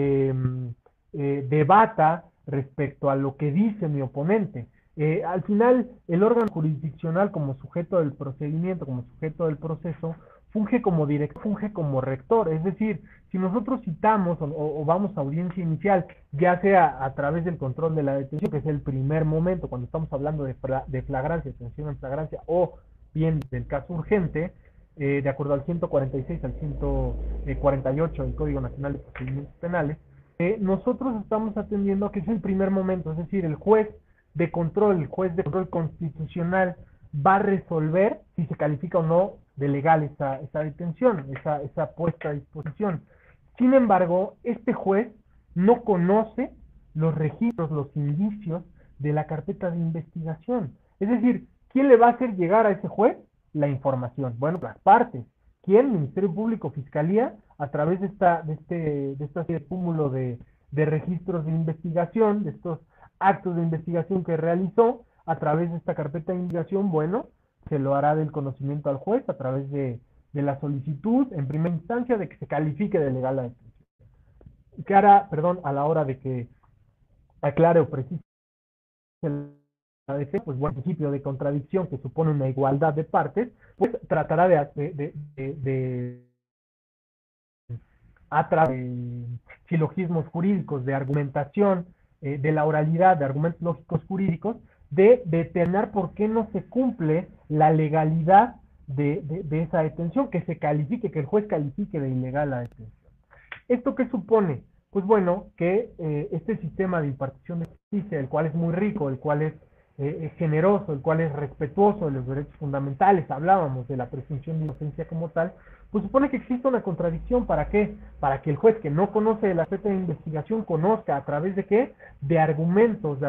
debata respecto a lo que dice mi oponente. Al final, el órgano jurisdiccional como sujeto del procedimiento, como sujeto del proceso, funge como director, funge como rector. Es decir, si nosotros citamos o vamos a audiencia inicial, ya sea a través del control de la detención, que es el primer momento, cuando estamos hablando de flagrancia, detención en flagrancia, o bien del caso urgente, de acuerdo al 146 al 148 del Código Nacional de Procedimientos Penales, nosotros estamos atendiendo a que es el primer momento, es decir, el juez de control constitucional va a resolver si se califica o no de legal esa detención, esa puesta a disposición. Sin embargo, este juez no conoce los registros, los indicios de la carpeta de investigación. Es decir, ¿quién le va a hacer llegar a ese juez la información? Bueno, las partes. ¿Quién? Ministerio Público, Fiscalía, a través de este cúmulo de registros de investigación, de estos actos de investigación que realizó, a través de esta carpeta de investigación, bueno, se lo hará del conocimiento al juez a través de la solicitud, en primera instancia, de que se califique de legal la detención. ¿Qué hará, perdón, a la hora de que aclare o precise la defensa? Pues bueno, el principio de contradicción, que supone una igualdad de partes, pues tratará a través de silogismos jurídicos, de argumentación, de la oralidad, de argumentos lógicos jurídicos, de determinar por qué no se cumple la legalidad de esa detención, que se califique, que el juez califique de ilegal la detención. ¿Esto qué supone? Pues bueno, que este sistema de impartición de justicia, el cual es muy rico, el cual es generoso, el cual es respetuoso de los derechos fundamentales, hablábamos de la presunción de inocencia como tal, pues supone que existe una contradicción. ¿Para qué? Para que el juez que no conoce el aspecto de investigación conozca a través de qué? De argumentos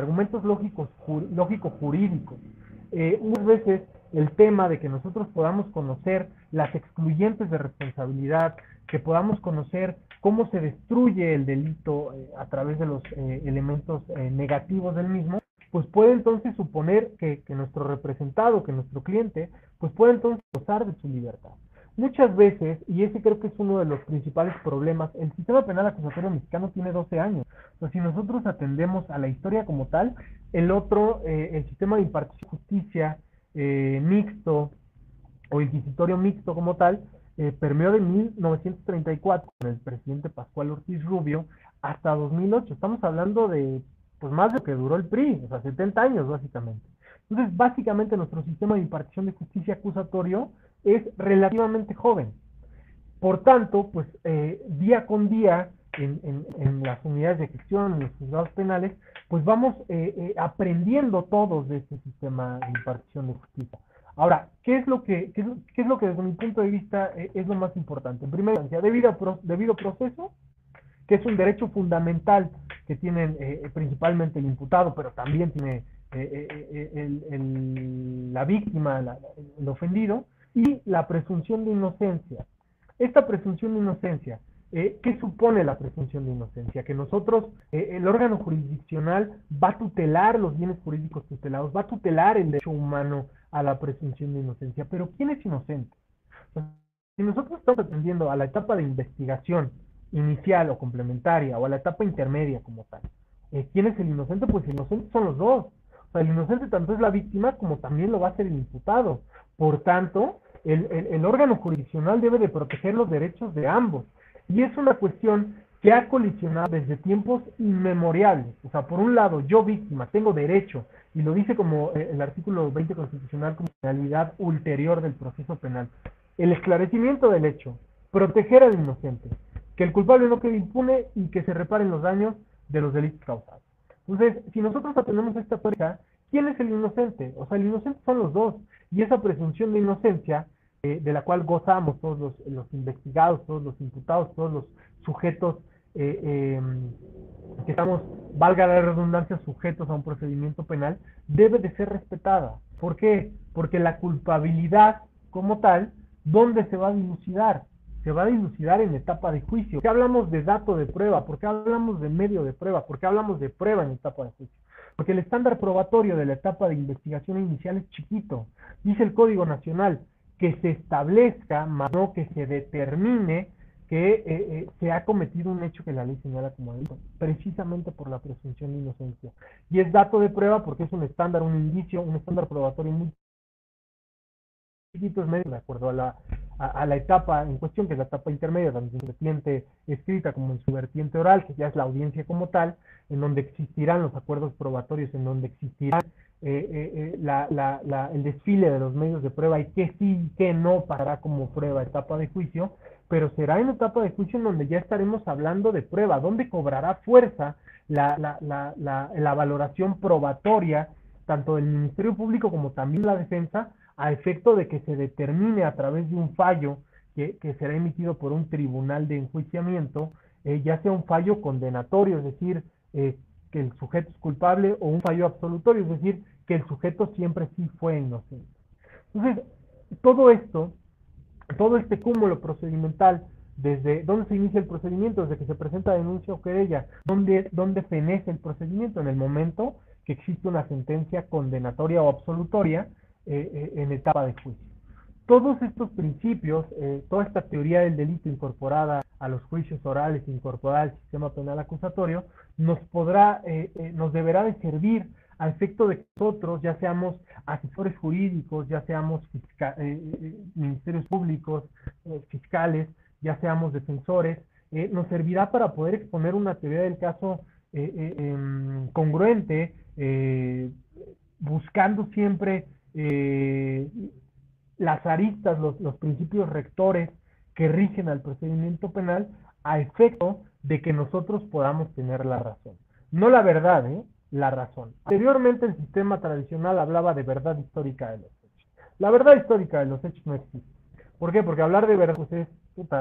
lógico-jurídicos. Muchas veces el tema de que nosotros podamos conocer las excluyentes de responsabilidad, que podamos conocer cómo se destruye el delito a través de los elementos negativos del mismo, pues puede entonces suponer que nuestro representado, que nuestro cliente, pues puede entonces gozar de su libertad. Muchas veces, y ese creo que es uno de los principales problemas, el sistema penal acusatorio mexicano tiene 12 años. Entonces, si nosotros atendemos a la historia como tal, el sistema de impartición de justicia mixto o inquisitorio mixto como tal, permeó de 1934 con el presidente Pascual Ortiz Rubio hasta 2008. Estamos hablando de pues más de lo que duró el PRI, o sea, 70 años básicamente. Entonces, básicamente nuestro sistema de impartición de justicia acusatorio es relativamente joven. Por tanto, pues día con día en las unidades de ejecución, en los juzgados penales, pues vamos aprendiendo todos de este sistema de impartición de justicia. Ahora, ¿qué es lo que desde mi punto de vista es lo más importante? En primera instancia, debido proceso, que es un derecho fundamental que tienen principalmente el imputado, pero también tiene la víctima, el ofendido, y la presunción de inocencia. Esta presunción de inocencia, ¿qué supone la presunción de inocencia? Que nosotros, el órgano jurisdiccional va a tutelar los bienes jurídicos tutelados, va a tutelar el derecho humano a la presunción de inocencia. Pero ¿quién es inocente? O sea, si nosotros estamos atendiendo a la etapa de investigación inicial o complementaria o a la etapa intermedia como tal, ¿quién es el inocente? Pues el inocente son los dos. O sea, el inocente tanto es la víctima como también lo va a ser el imputado. Por tanto, el órgano jurisdiccional debe de proteger los derechos de ambos. Y es una cuestión que ha colisionado desde tiempos inmemoriales. O sea, por un lado, yo víctima tengo derecho, y lo dice como el artículo 20 constitucional como finalidad ulterior del proceso penal, el esclarecimiento del hecho, proteger al inocente, que el culpable no quede impune y que se reparen los daños de los delitos causados. Entonces, si nosotros atendemos esta pareja, ¿quién es el inocente? O sea, el inocente son los dos, y esa presunción de inocencia de la cual gozamos todos los investigados, todos los imputados, todos los sujetos que estamos, valga la redundancia, sujetos a un procedimiento penal, debe de ser respetada. ¿Por qué? Porque la culpabilidad como tal, ¿dónde se va a dilucidar? Se va a dilucidar en etapa de juicio. ¿Por qué hablamos de dato de prueba? ¿Por qué hablamos de medio de prueba? ¿Por qué hablamos de prueba en etapa de juicio? Porque el estándar probatorio de la etapa de investigación inicial es chiquito. Dice el Código Nacional que se establezca, más no que se determine que se ha cometido un hecho que la ley señala como delito, precisamente por la presunción de inocencia. Y es dato de prueba porque es un estándar, un indicio, un estándar probatorio muy chiquitos medios, de acuerdo a la etapa en cuestión, que es la etapa intermedia, tanto en su vertiente escrita como en su vertiente oral, que ya es la audiencia como tal, en donde existirán los acuerdos probatorios, en donde existirán el desfile de los medios de prueba y qué sí y qué no pasará como prueba, etapa de juicio, pero será en etapa de juicio en donde ya estaremos hablando de prueba, donde cobrará fuerza la valoración probatoria, tanto del Ministerio Público como también la defensa, a efecto de que se determine a través de un fallo que será emitido por un tribunal de enjuiciamiento, ya sea un fallo condenatorio, es decir, que el sujeto es culpable, o un fallo absolutorio, es decir, que el sujeto siempre sí fue inocente. Entonces, todo esto, todo este cúmulo procedimental, desde dónde se inicia el procedimiento, desde que se presenta denuncia o querella, dónde fenece el procedimiento, en el momento que existe una sentencia condenatoria o absolutoria en etapa de juicio. Todos estos principios, toda esta teoría del delito incorporada a los juicios orales, incorporada al sistema penal acusatorio, nos deberá de servir a efecto de que nosotros, ya seamos asesores jurídicos, ya seamos ministerios públicos, fiscales, ya seamos defensores, nos servirá para poder exponer una teoría del caso congruente, buscando siempre las aristas, los principios rectores que rigen al procedimiento penal a efecto de que nosotros podamos tener la razón. No la verdad, la razón. Anteriormente el sistema tradicional hablaba de verdad histórica de los hechos. La verdad histórica de los hechos no existe. ¿Por qué? Porque hablar de verdad pues, es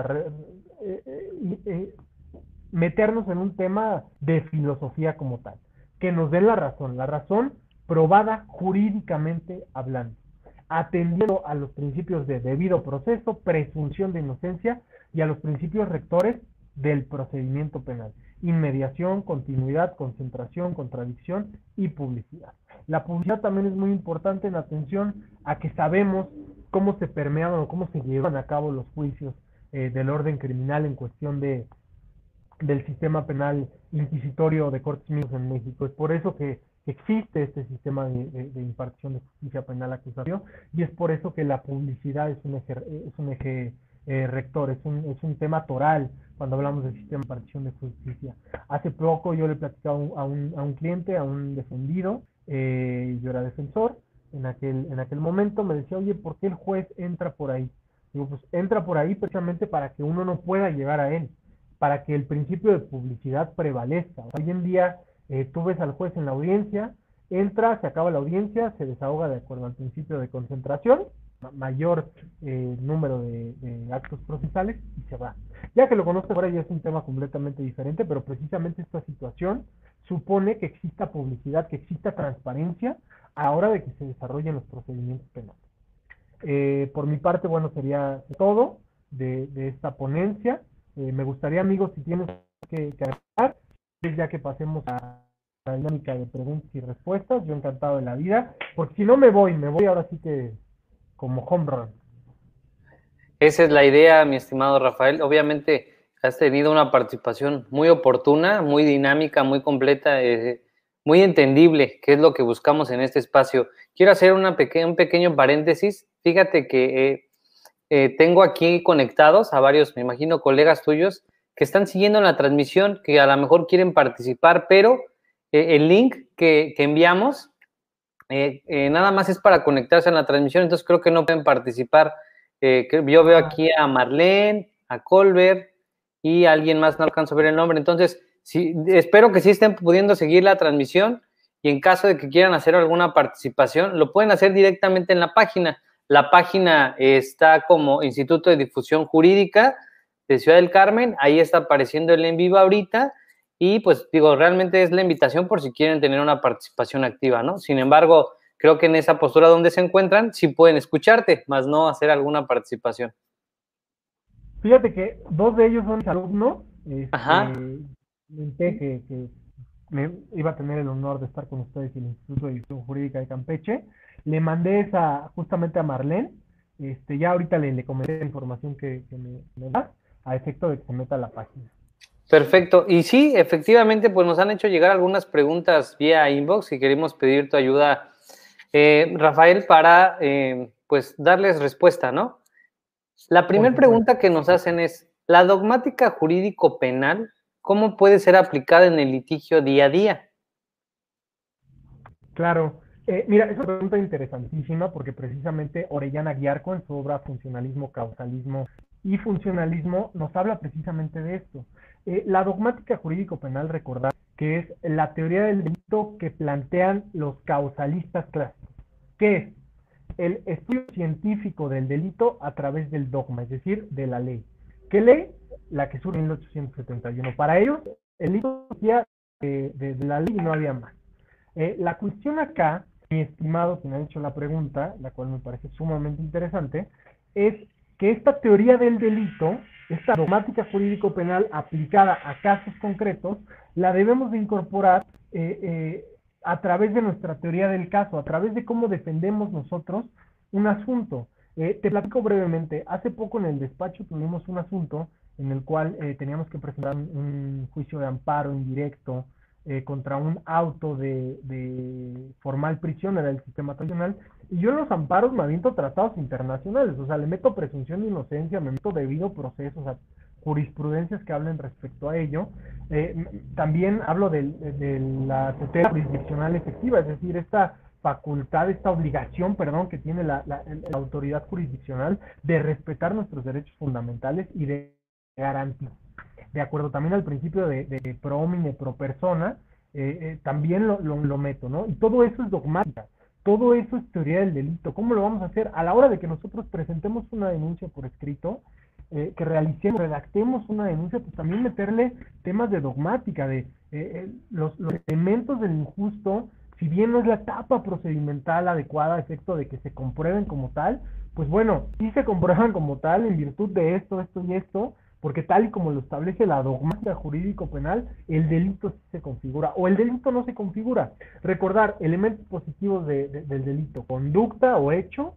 meternos en un tema de filosofía como tal, que nos den la razón probada jurídicamente hablando, atendiendo a los principios de debido proceso, presunción de inocencia y a los principios rectores del procedimiento penal: inmediación, continuidad, concentración, contradicción y publicidad. La publicidad también es muy importante en atención a que sabemos cómo se permean o cómo se llevan a cabo los juicios del orden criminal en cuestión del sistema penal inquisitorio de cortes mixtos en México. Es por eso que existe este sistema de impartición de justicia penal acusatorio, y es por eso que la publicidad es un eje rector, es un tema toral cuando hablamos del sistema de impartición de justicia. Hace poco yo le he platicado a un cliente, a un defendido, yo era defensor, en aquel momento me decía, oye, ¿por qué el juez entra por ahí? Digo, pues entra por ahí precisamente para que uno no pueda llegar a él, para que el principio de publicidad prevalezca. Hoy en día tú ves al juez en la audiencia, entra, se acaba la audiencia, se desahoga de acuerdo al principio de concentración, mayor número de actos procesales, y se va. Ya que lo conozco ahora ya es un tema completamente diferente, pero precisamente esta situación supone que exista publicidad, que exista transparencia a la hora de que se desarrollen los procedimientos penales. Por mi parte, bueno, sería todo. de esta ponencia. Me gustaría, amigos, si tienes que agregar, ya que pasemos a la dinámica de preguntas y respuestas, yo encantado de la vida, porque si no me voy ahora sí que como home run. Esa es la idea, mi estimado Rafael. Obviamente has tenido una participación muy oportuna, muy dinámica, muy completa, muy entendible, que es lo que buscamos en este espacio. Quiero hacer un pequeño paréntesis. Fíjate que tengo aquí conectados a varios, me imagino, colegas tuyos que están siguiendo la transmisión, que a lo mejor quieren participar, pero el link que enviamos nada más es para conectarse a la transmisión, entonces creo que no pueden participar. Yo veo aquí a Marlene, a Colbert y a alguien más, no alcanzo a ver el nombre. Entonces, sí, espero que sí estén pudiendo seguir la transmisión y en caso de que quieran hacer alguna participación, lo pueden hacer directamente en la página. La página está como Instituto de Difusión Jurídica de Ciudad del Carmen, ahí está apareciendo el en vivo ahorita. Y pues digo, realmente es la invitación por si quieren tener una participación activa, ¿no? Sin embargo, creo que en esa postura donde se encuentran sí pueden escucharte, más no hacer alguna participación. Fíjate que dos de ellos son mis alumnos, Ajá. comenté que me iba a tener el honor de estar con ustedes en el Instituto de División Jurídica de Campeche. Le mandé esa justamente a Marlene, ya ahorita le comenté la información que me da, a efecto de que se meta a la página. Perfecto. Y sí, efectivamente, pues nos han hecho llegar algunas preguntas vía inbox y queremos pedir tu ayuda, Rafael, para pues darles respuesta, ¿no? La primera pregunta que nos hacen es, ¿la dogmática jurídico-penal cómo puede ser aplicada en el litigio día a día? Claro. Mira, es una pregunta interesantísima porque precisamente Orellana Guiarco en su obra Funcionalismo, Causalismo y Funcionalismo nos habla precisamente de esto. La dogmática jurídico-penal, recordar que es la teoría del delito que plantean los causalistas clásicos. ¿Qué es? El estudio científico del delito a través del dogma, es decir, de la ley. ¿Qué ley? La que surge en 1871. Para ellos, el delito decía de la ley y no había más. La cuestión acá, mi estimado, quien ha hecho la pregunta, la cual me parece sumamente interesante, es que esta teoría del delito, esta dogmática jurídico-penal aplicada a casos concretos, la debemos de incorporar a través de nuestra teoría del caso, a través de cómo defendemos nosotros un asunto. Te platico brevemente. Hace poco en el despacho tuvimos un asunto en el cual teníamos que presentar un juicio de amparo indirecto contra un auto de formal prisión, era el sistema tradicional, y yo en los amparos me aviento tratados internacionales, o sea, le meto presunción de inocencia, me meto debido proceso, o sea, jurisprudencias que hablen respecto a ello. También hablo de la tutela jurisdiccional efectiva, es decir, esta facultad, esta obligación, perdón, que tiene la autoridad jurisdiccional de respetar nuestros derechos fundamentales y de garantizar de acuerdo también al principio de pro homine, pro persona, también lo meto, ¿no? Y todo eso es dogmática, todo eso es teoría del delito. ¿Cómo lo vamos a hacer? A la hora de que nosotros presentemos una denuncia por escrito, que realicemos, redactemos una denuncia, pues también meterle temas de dogmática, de los elementos del injusto, si bien no es la etapa procedimental adecuada a efecto de que se comprueben como tal, pues bueno, sí se comprueban como tal en virtud de esto, esto y esto, porque tal y como lo establece la dogmática jurídico-penal, el delito sí se configura, o el delito no se configura. Recordar elementos positivos del delito: conducta o hecho,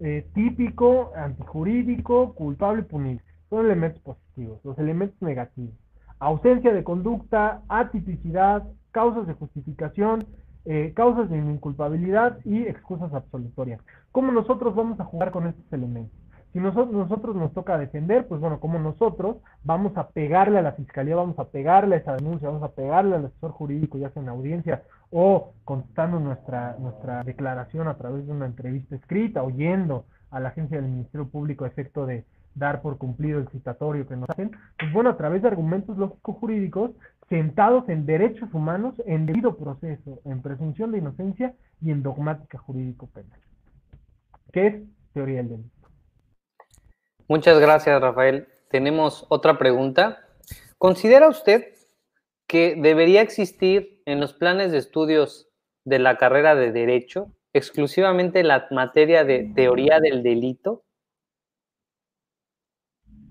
típico, antijurídico, culpable, punible. Son elementos positivos. Los elementos negativos: ausencia de conducta, atipicidad, causas de justificación, causas de inculpabilidad y excusas absolutorias. ¿Cómo nosotros vamos a jugar con estos elementos? Si nosotros nos toca defender, pues bueno, como nosotros vamos a pegarle a la fiscalía, vamos a pegarle a esa denuncia, vamos a pegarle al asesor jurídico, ya sea en audiencia o contestando nuestra declaración a través de una entrevista escrita, o yendo a la agencia del Ministerio Público a efecto de dar por cumplido el citatorio que nos hacen, pues bueno, a través de argumentos lógico-jurídicos sentados en derechos humanos, en debido proceso, en presunción de inocencia y en dogmática jurídico-penal. ¿Qué es teoría del delito? Muchas gracias, Rafael. Tenemos otra pregunta. ¿Considera usted que debería existir en los planes de estudios de la carrera de Derecho exclusivamente la materia de teoría del delito?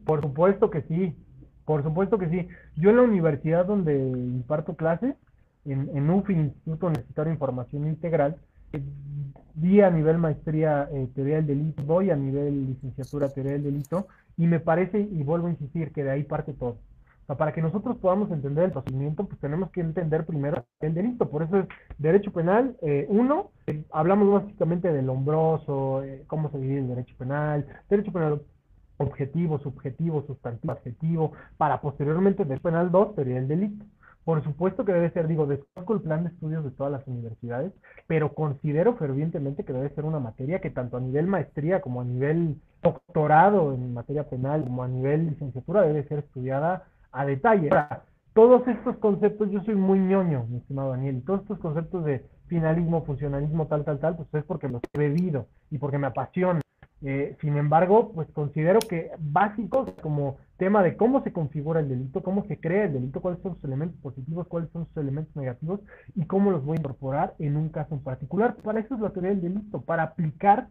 Por supuesto que sí, por supuesto que sí. Yo en la universidad donde imparto clases, en UFI, Instituto Universitario de Información Integral, di a nivel maestría teoría del delito, voy a nivel licenciatura teoría del delito, y me parece, y vuelvo a insistir, que de ahí parte todo. O sea, para que nosotros podamos entender el procedimiento, pues tenemos que entender primero el delito. Por eso es derecho penal, hablamos básicamente del hombroso, cómo se divide el derecho penal objetivo, subjetivo, sustantivo, adjetivo, para posteriormente del penal 2 teoría del delito. Por supuesto que debe ser, digo, desconozco el plan de estudios de todas las universidades, pero considero fervientemente que debe ser una materia que tanto a nivel maestría como a nivel doctorado en materia penal, como a nivel licenciatura, debe ser estudiada a detalle. Ahora, todos estos conceptos, yo soy muy ñoño, mi estimado Daniel, y todos estos conceptos de finalismo, funcionalismo, tal, pues es porque los he bebido y porque me apasiona. Sin embargo, pues considero que básicos como tema de cómo se configura el delito, cómo se crea el delito, cuáles son sus elementos positivos, cuáles son sus elementos negativos y cómo los voy a incorporar en un caso en particular. Para eso es la teoría del delito, para aplicar,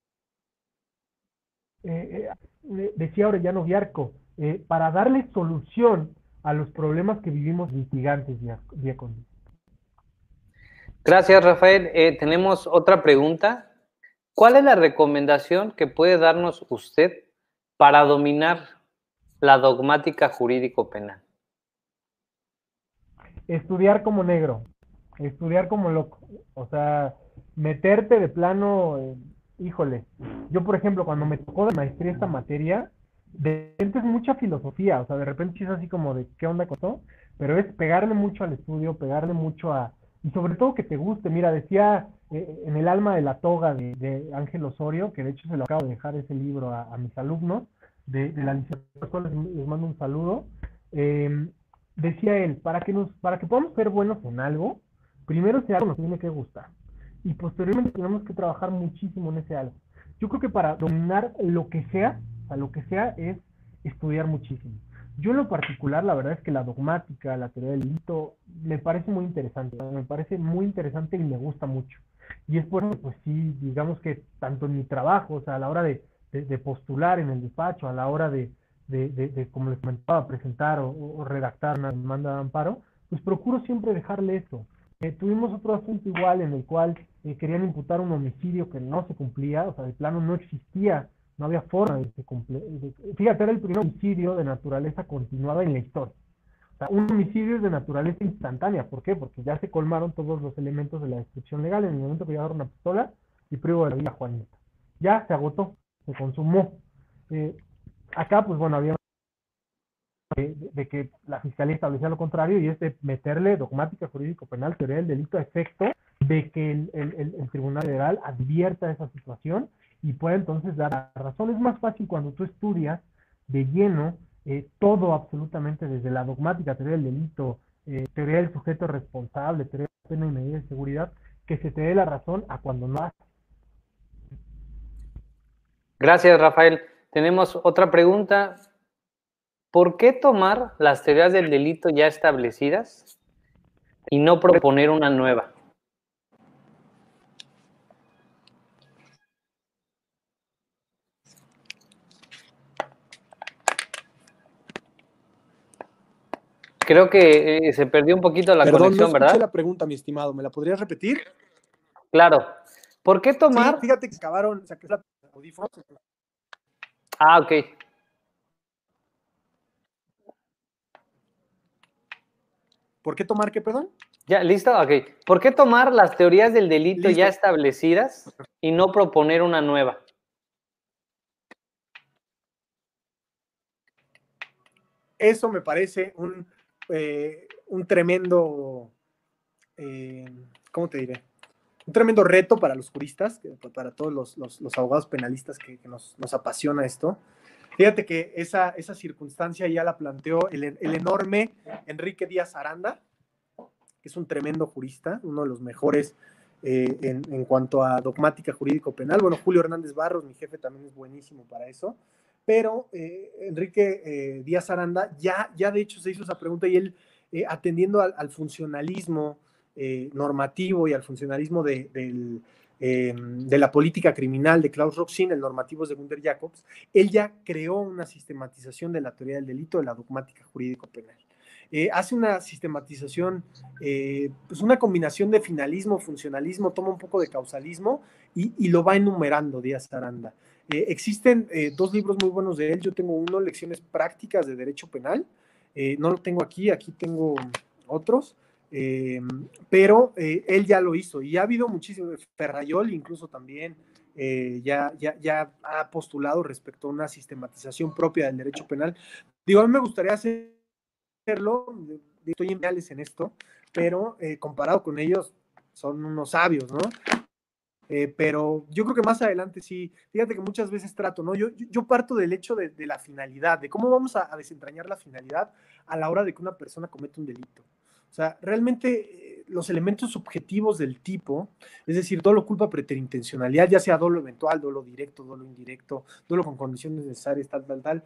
decía Orellano Viarco, para darle solución a los problemas que vivimos litigantes día con día. Gracias, Rafael. Tenemos otra pregunta. ¿Cuál es la recomendación que puede darnos usted para dominar la dogmática jurídico-penal? Estudiar como negro, estudiar como loco, o sea, meterte de plano, híjole, yo por ejemplo, cuando me tocó de maestría esta materia, de repente es mucha filosofía, o sea, de repente es así como de qué onda con todo, pero es pegarle mucho al estudio, pegarle mucho y sobre todo que te guste. Mira, decía en El alma de la toga de Ángel Osorio, que de hecho se lo acabo de dejar ese libro a mis alumnos de la licenciatura, les mando un saludo. Decía él, para que podamos ser buenos en algo, primero ese algo nos tiene que gustar y posteriormente tenemos que trabajar muchísimo en ese algo. Yo creo que para dominar lo que sea, a lo que sea, es estudiar muchísimo. Yo en lo particular, la verdad es que la dogmática, la teoría del delito, me parece muy interesante y me gusta mucho. Y es por eso, pues sí, digamos que tanto en mi trabajo, o sea, a la hora de postular en el despacho, a la hora como les comentaba, presentar o redactar una demanda de amparo, pues procuro siempre dejarle eso. Tuvimos otro asunto igual en el cual querían imputar un homicidio que no se cumplía, o sea, de plano no existía, no había forma de que se cumpliera. Fíjate, era el primer homicidio de naturaleza continuada en la historia. O sea, un homicidio es de naturaleza instantánea. ¿Por qué? Porque ya se colmaron todos los elementos de la descripción legal en el momento que llegaron una pistola y privo de la vida a Juanita. Ya se agotó, se consumó. Acá, pues bueno, había de que la fiscalía establecía lo contrario y es de meterle dogmática jurídico-penal, teoría del delito a efecto de que el Tribunal Federal advierta esa situación y pueda entonces dar la razón. Es más fácil cuando tú estudias de lleno todo absolutamente desde la dogmática, teoría del delito, teoría del sujeto responsable, teoría de pena y medida de seguridad, que se te dé la razón a cuando no haces. Gracias, Rafael. Tenemos otra pregunta. ¿Por qué tomar las teorías del delito ya establecidas y no proponer una nueva? Creo que se perdió un poquito la conexión, no ¿verdad? escuché la pregunta, mi estimado. ¿Me la podrías repetir? Claro. ¿Por qué tomar? Sí, fíjate que acabaron, saqué la audífonos. Ah, ok. ¿Por qué tomar qué, perdón? ¿Ya, listo? Ok. ¿Por qué tomar las teorías del delito ya establecidas y no proponer una nueva? Eso me parece un tremendo, ¿cómo te diré? Un tremendo reto para los juristas, para todos los abogados penalistas que nos apasiona esto. Fíjate que esa circunstancia ya la planteó el enorme Enrique Díaz Aranda, que es un tremendo jurista, uno de los mejores en cuanto a dogmática jurídico-penal. Bueno, Julio Hernández Barros, mi jefe, también es buenísimo para eso. Pero Enrique Díaz Aranda ya de hecho se hizo esa pregunta y él, atendiendo al funcionalismo normativo y al funcionalismo del de la política criminal de Klaus Roxin, el Normativos de Gunther Jacobs, él ya creó una sistematización de la teoría del delito de la dogmática jurídico-penal. Hace una sistematización, pues una combinación de finalismo, funcionalismo, toma un poco de causalismo y lo va enumerando Díaz Aranda. Existen dos libros muy buenos de él. Yo tengo uno, Lecciones Prácticas de Derecho Penal. No lo tengo aquí tengo otros. Pero él ya lo hizo y ha habido muchísimo. Ferrayol incluso también ya ha postulado respecto a una sistematización propia del derecho penal. Digo, a mí me gustaría hacerlo, estoy en esto, pero comparado con ellos son unos sabios, ¿no? Pero yo creo que más adelante sí, fíjate que muchas veces trato, ¿no? Yo parto del hecho de la finalidad, de cómo vamos a desentrañar la finalidad a la hora de que una persona comete un delito. O sea, realmente los elementos subjetivos del tipo, es decir, dolo, culpa, preterintencionalidad, ya sea dolo eventual, dolo directo, dolo indirecto, dolo con condiciones necesarias, tal,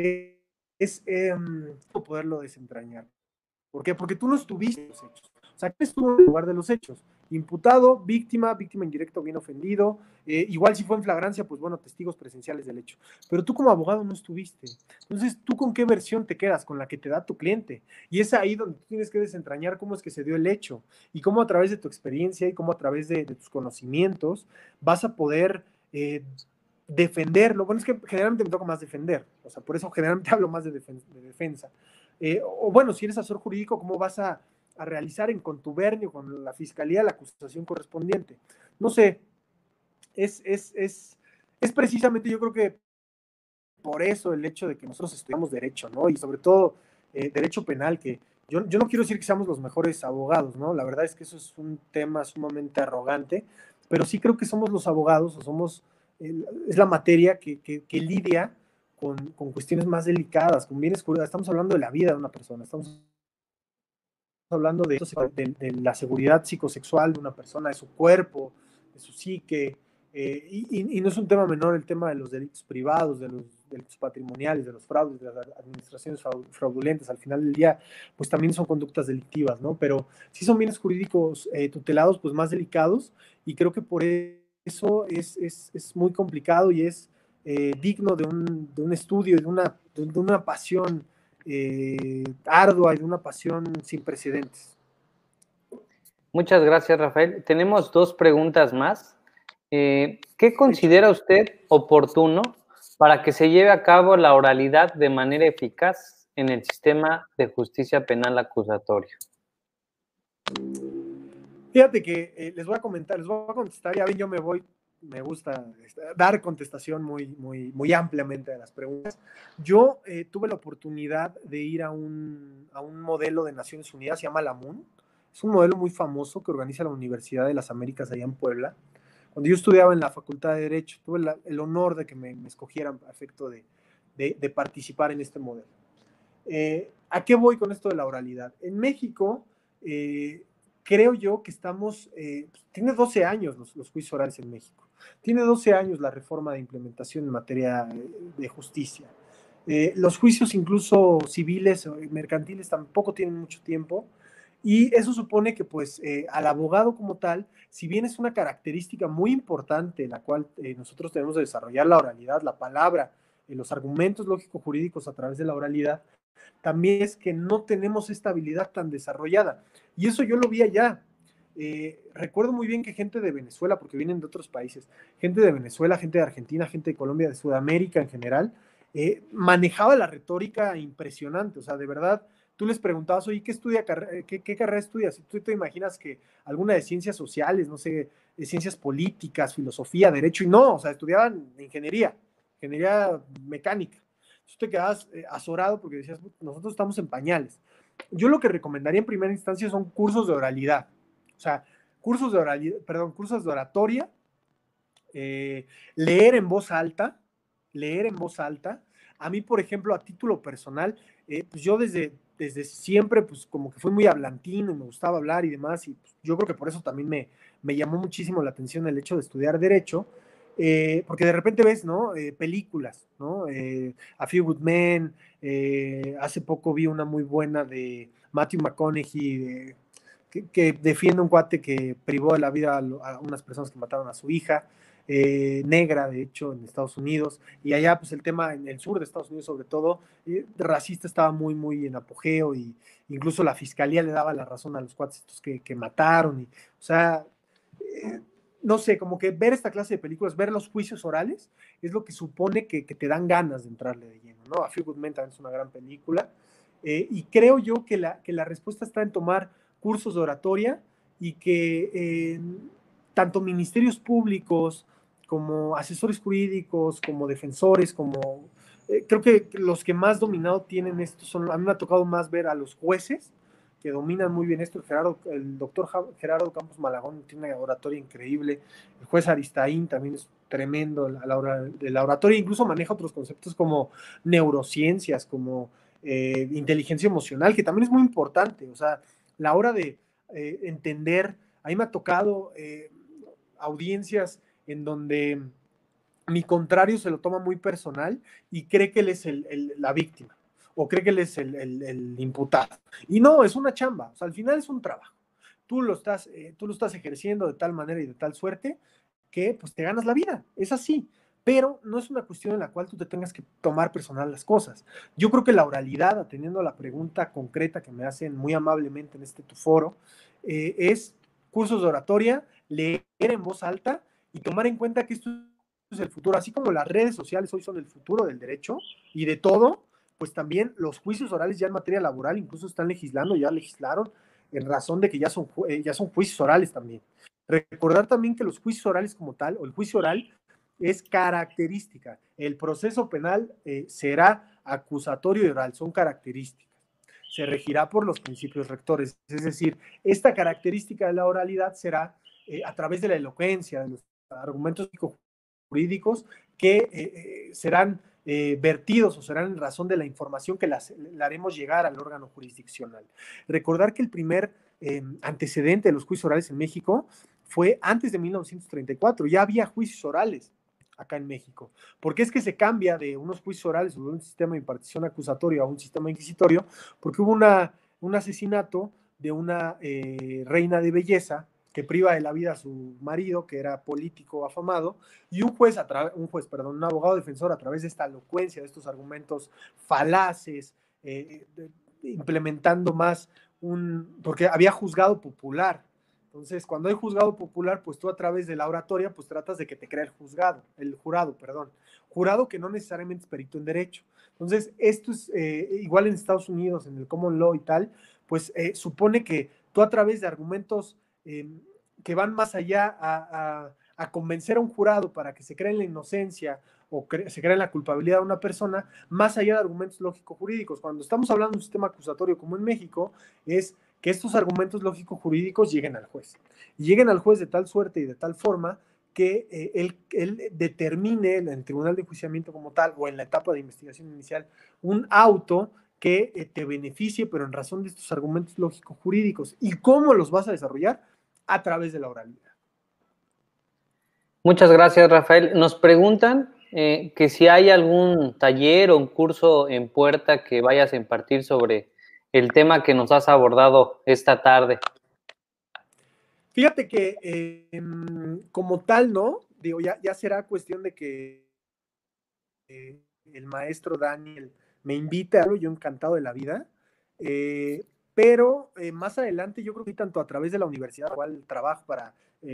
es poderlo desentrañar. ¿Por qué? Porque tú no estuviste en los hechos. O sea, ¿qué estuvo en lugar de los hechos? Imputado, víctima indirecto, bien ofendido. Igual si fue en flagrancia, pues bueno, testigos presenciales del hecho. Pero tú como abogado no estuviste. Entonces, ¿tú con qué versión te quedas? Con la que te da tu cliente. Y es ahí donde tú tienes que desentrañar cómo es que se dio el hecho. Y cómo a través de tu experiencia y cómo a través de tus conocimientos vas a poder defenderlo. Bueno, es que generalmente me toca más defender. O sea, por eso generalmente hablo más de defensa. O bueno, si eres asesor jurídico, ¿cómo vas a realizar en contubernio con la fiscalía la acusación correspondiente? No sé, es precisamente, yo creo que por eso el hecho de que nosotros estudiamos derecho, ¿no? Y sobre todo derecho penal, que yo no quiero decir que seamos los mejores abogados, ¿no? La verdad es que eso es un tema sumamente arrogante, pero sí creo que somos los abogados o somos, es la materia que lidia con cuestiones más delicadas, con bienes jurídicos. Estamos hablando de la vida de una persona, estamos hablando de la seguridad psicosexual de una persona, de su cuerpo, de su psique, y no es un tema menor el tema de los delitos privados, de los delitos patrimoniales, de los fraudes, de las administraciones fraudulentas. Al final del día, pues también son conductas delictivas, ¿no? Pero sí son bienes jurídicos tutelados, pues más delicados, y creo que por eso es muy complicado y es digno de un estudio y de una pasión ardua y de una pasión sin precedentes. Muchas gracias, Rafael. Tenemos dos preguntas más. ¿Qué considera usted oportuno para que se lleve a cabo la oralidad de manera eficaz en el sistema de justicia penal acusatorio? Fíjate que les voy a contestar, ya ven, yo me gusta dar contestación muy ampliamente a las preguntas. Yo tuve la oportunidad de ir a un modelo de Naciones Unidas, se llama la MUN. Es un modelo muy famoso que organiza la Universidad de las Américas allá en Puebla. Cuando yo estudiaba en la Facultad de Derecho, tuve el honor de que me escogieran a efecto de participar en este modelo. ¿A qué voy con esto de la oralidad? En México, creo yo que tiene 12 años los juicios orales en México. Tiene 12 años la reforma de implementación en materia de justicia. Los juicios incluso civiles o mercantiles tampoco tienen mucho tiempo. Y eso supone que pues al abogado como tal, si bien es una característica muy importante en la cual nosotros tenemos que desarrollar la oralidad, la palabra, los argumentos lógico-jurídicos a través de la oralidad, también es que no tenemos esta habilidad tan desarrollada. Y eso yo lo vi allá. Recuerdo muy bien que gente de Venezuela, porque vienen de otros países, gente de Venezuela, gente de Argentina, gente de Colombia, de Sudamérica en general, manejaba la retórica impresionante. O sea, de verdad, tú les preguntabas, oye, ¿qué carrera estudias? Y tú te imaginas que alguna de ciencias sociales, no sé, de ciencias políticas, filosofía, derecho, y no, o sea, estudiaban ingeniería mecánica. Tú te quedabas azorado porque decías, nosotros estamos en pañales. Yo lo que recomendaría en primera instancia son cursos de oralidad. O sea, cursos de oratoria, leer en voz alta. A mí, por ejemplo, a título personal, pues yo desde siempre, pues como que fui muy hablantino y me gustaba hablar y demás, y pues, yo creo que por eso también me llamó muchísimo la atención el hecho de estudiar Derecho, porque de repente ves, ¿no? Películas, ¿no? A Few Good Men, hace poco vi una muy buena de Matthew McConaughey, que defiende un cuate que privó de la vida a unas personas que mataron a su hija, negra, de hecho, en Estados Unidos, y allá, pues el tema en el sur de Estados Unidos, sobre todo, racista estaba muy, muy en apogeo, y incluso la fiscalía le daba la razón a los cuates que mataron, y, o sea, no sé, como que ver esta clase de películas, ver los juicios orales, es lo que supone que te dan ganas de entrarle de lleno, ¿no? A Few Good Men también es una gran película, y creo yo que la respuesta está en tomar cursos de oratoria y que tanto ministerios públicos como asesores jurídicos, como defensores, como creo que los que más dominado tienen esto son, a mí me ha tocado más ver a los jueces que dominan muy bien esto. El doctor Gerardo Campos Malagón tiene una oratoria increíble, el juez Aristain también es tremendo a la hora de la oratoria, incluso maneja otros conceptos como neurociencias, como inteligencia emocional, que también es muy importante, o sea, la hora de entender, a mí me ha tocado audiencias en donde mi contrario se lo toma muy personal y cree que él es la víctima o cree que él es el imputado. Y no, es una chamba, o sea, al final es un trabajo. Tú lo estás ejerciendo de tal manera y de tal suerte que pues te ganas la vida, es así. Pero no es una cuestión en la cual tú te tengas que tomar personal las cosas. Yo creo que la oralidad, atendiendo a la pregunta concreta que me hacen muy amablemente en este tu foro, es cursos de oratoria, leer en voz alta y tomar en cuenta que esto es el futuro, así como las redes sociales hoy son el futuro del derecho y de todo, pues también los juicios orales ya en materia laboral incluso están legislando, ya legislaron en razón de que ya son juicios orales también. Recordar también que los juicios orales como tal, o el juicio oral, es característica. El proceso penal será acusatorio y oral, son características. Se regirá por los principios rectores. Es decir, esta característica de la oralidad será a través de la elocuencia, de los argumentos jurídicos que serán vertidos o serán en razón de la información que la haremos llegar al órgano jurisdiccional. Recordar que el primer antecedente de los juicios orales en México fue antes de 1934, ya había juicios orales acá en México. ¿Por qué es que se cambia de unos juicios orales o de un sistema de impartición acusatorio a un sistema inquisitorio? Porque hubo un asesinato de una reina de belleza que priva de la vida a su marido, que era político afamado, y un abogado defensor a través de esta elocuencia, de estos argumentos falaces, implementando más porque había juzgado popular. Entonces, cuando hay juzgado popular, pues tú a través de la oratoria, pues tratas de que te crea el jurado que no necesariamente es perito en derecho. Entonces, esto es igual en Estados Unidos, en el common law y tal, pues supone que tú a través de argumentos que van más allá a convencer a un jurado para que se cree en la inocencia o se cree en la culpabilidad de una persona, más allá de argumentos lógico-jurídicos. Cuando estamos hablando de un sistema acusatorio como en México, es que estos argumentos lógico-jurídicos lleguen al juez. Y lleguen al juez de tal suerte y de tal forma que él determine en el tribunal de enjuiciamiento como tal o en la etapa de investigación inicial un auto que te beneficie, pero en razón de estos argumentos lógico-jurídicos. ¿Y cómo los vas a desarrollar? A través de la oralidad. Muchas gracias, Rafael. Nos preguntan que si hay algún taller o un curso en puerta que vayas a impartir sobre el tema que nos has abordado esta tarde. Fíjate que como tal, ¿no? Digo, ya será cuestión de que el maestro Daniel me invite a algo, yo encantado de la vida, pero más adelante yo creo que tanto a través de la universidad, igual trabajo para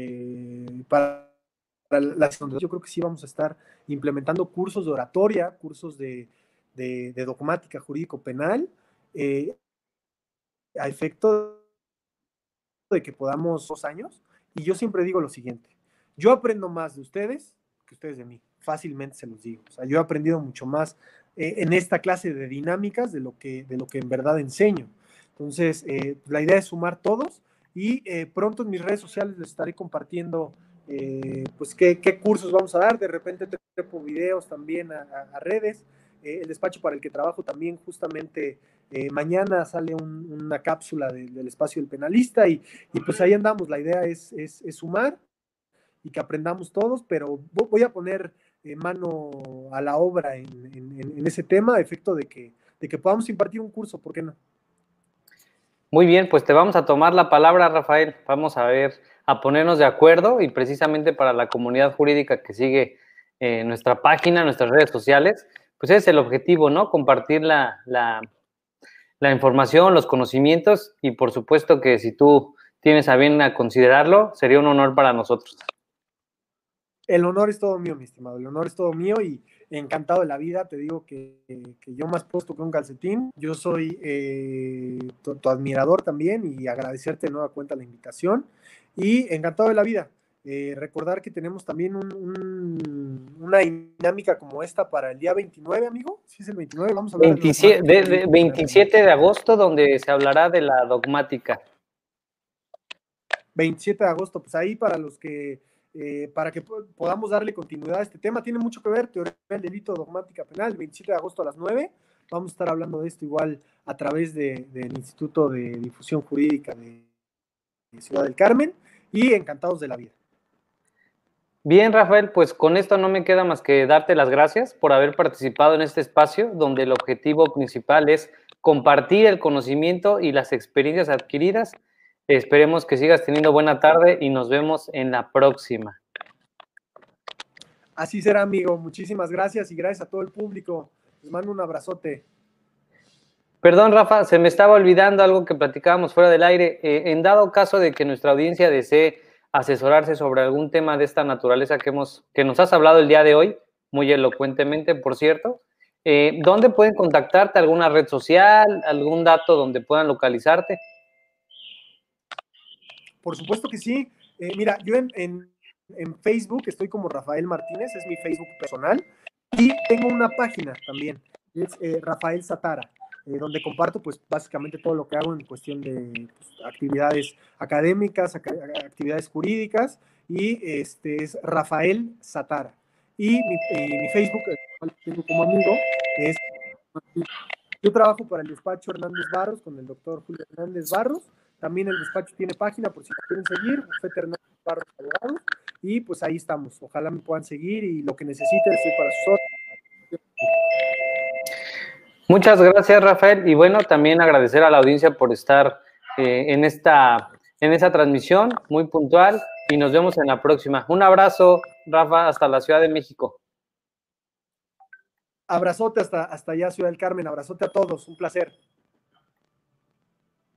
yo creo que sí vamos a estar implementando cursos de oratoria, cursos de dogmática jurídico-penal, a efecto de que podamos 2 años, y yo siempre digo lo siguiente, yo aprendo más de ustedes que ustedes de mí, fácilmente se los digo, o sea, yo he aprendido mucho más en esta clase de dinámicas de lo que en verdad enseño. Entonces, la idea es sumar todos y pronto en mis redes sociales les estaré compartiendo pues qué cursos vamos a dar, de repente trepo videos también a redes, el despacho para el que trabajo también justamente mañana sale una cápsula del espacio del penalista y pues ahí andamos, la idea es sumar y que aprendamos todos, pero voy a poner mano a la obra en ese tema, a efecto de que podamos impartir un curso, ¿por qué no? Muy bien, pues te vamos a tomar la palabra, Rafael. Vamos a ver, a ponernos de acuerdo y precisamente para la comunidad jurídica que sigue nuestra página, nuestras redes sociales, pues ese es el objetivo, ¿no? Compartir la información, los conocimientos y por supuesto que si tú tienes a bien a considerarlo, sería un honor para nosotros. El honor es todo mío, mi estimado, el honor es todo mío y encantado de la vida. Te digo que yo más puesto que un calcetín. Yo soy tu admirador también y agradecerte de nueva cuenta la invitación y encantado de la vida. Recordar que tenemos también una dinámica como esta para el día 29, amigo. Si es el 29, vamos a hablar 27 de agosto, donde se hablará de la dogmática. 27 de agosto, pues ahí para los que para que podamos darle continuidad a este tema. Tiene mucho que ver, teoría del delito, dogmática penal, el 27 de agosto a las 9. Vamos a estar hablando de esto igual a través del Instituto de Difusión Jurídica de Ciudad del Carmen y encantados de la vida. Bien, Rafael, pues con esto no me queda más que darte las gracias por haber participado en este espacio donde el objetivo principal es compartir el conocimiento y las experiencias adquiridas. Esperemos que sigas teniendo buena tarde y nos vemos en la próxima. Así será, amigo. Muchísimas gracias y gracias a todo el público. Les mando un abrazote. Perdón, Rafa, se me estaba olvidando algo que platicábamos fuera del aire. En dado caso de que nuestra audiencia desee asesorarse sobre algún tema de esta naturaleza que nos has hablado el día de hoy, muy elocuentemente, por cierto, ¿dónde pueden contactarte? ¿Alguna red social? ¿Algún dato donde puedan localizarte? Por supuesto que sí. Mira, yo en Facebook estoy como Rafael Martínez, es mi Facebook personal, y tengo una página también, es Rafael Satara, donde comparto pues básicamente todo lo que hago en cuestión de actividades académicas, actividades jurídicas, y es Rafael Satara. Y mi Facebook, el tengo como amigo, es... Yo trabajo para el despacho Hernández Barros con el doctor Julio Hernández Barros. También el despacho tiene página por si me quieren seguir, Bufete Hernández Barros Abogados. Y pues ahí estamos. Ojalá me puedan seguir y lo que necesiten estoy para sus órdenes. Muchas gracias, Rafael. Y bueno, también agradecer a la audiencia por estar en esta transmisión muy puntual y nos vemos en la próxima. Un abrazo, Rafa, hasta la Ciudad de México. Abrazote hasta allá, Ciudad del Carmen. Abrazote a todos. Un placer.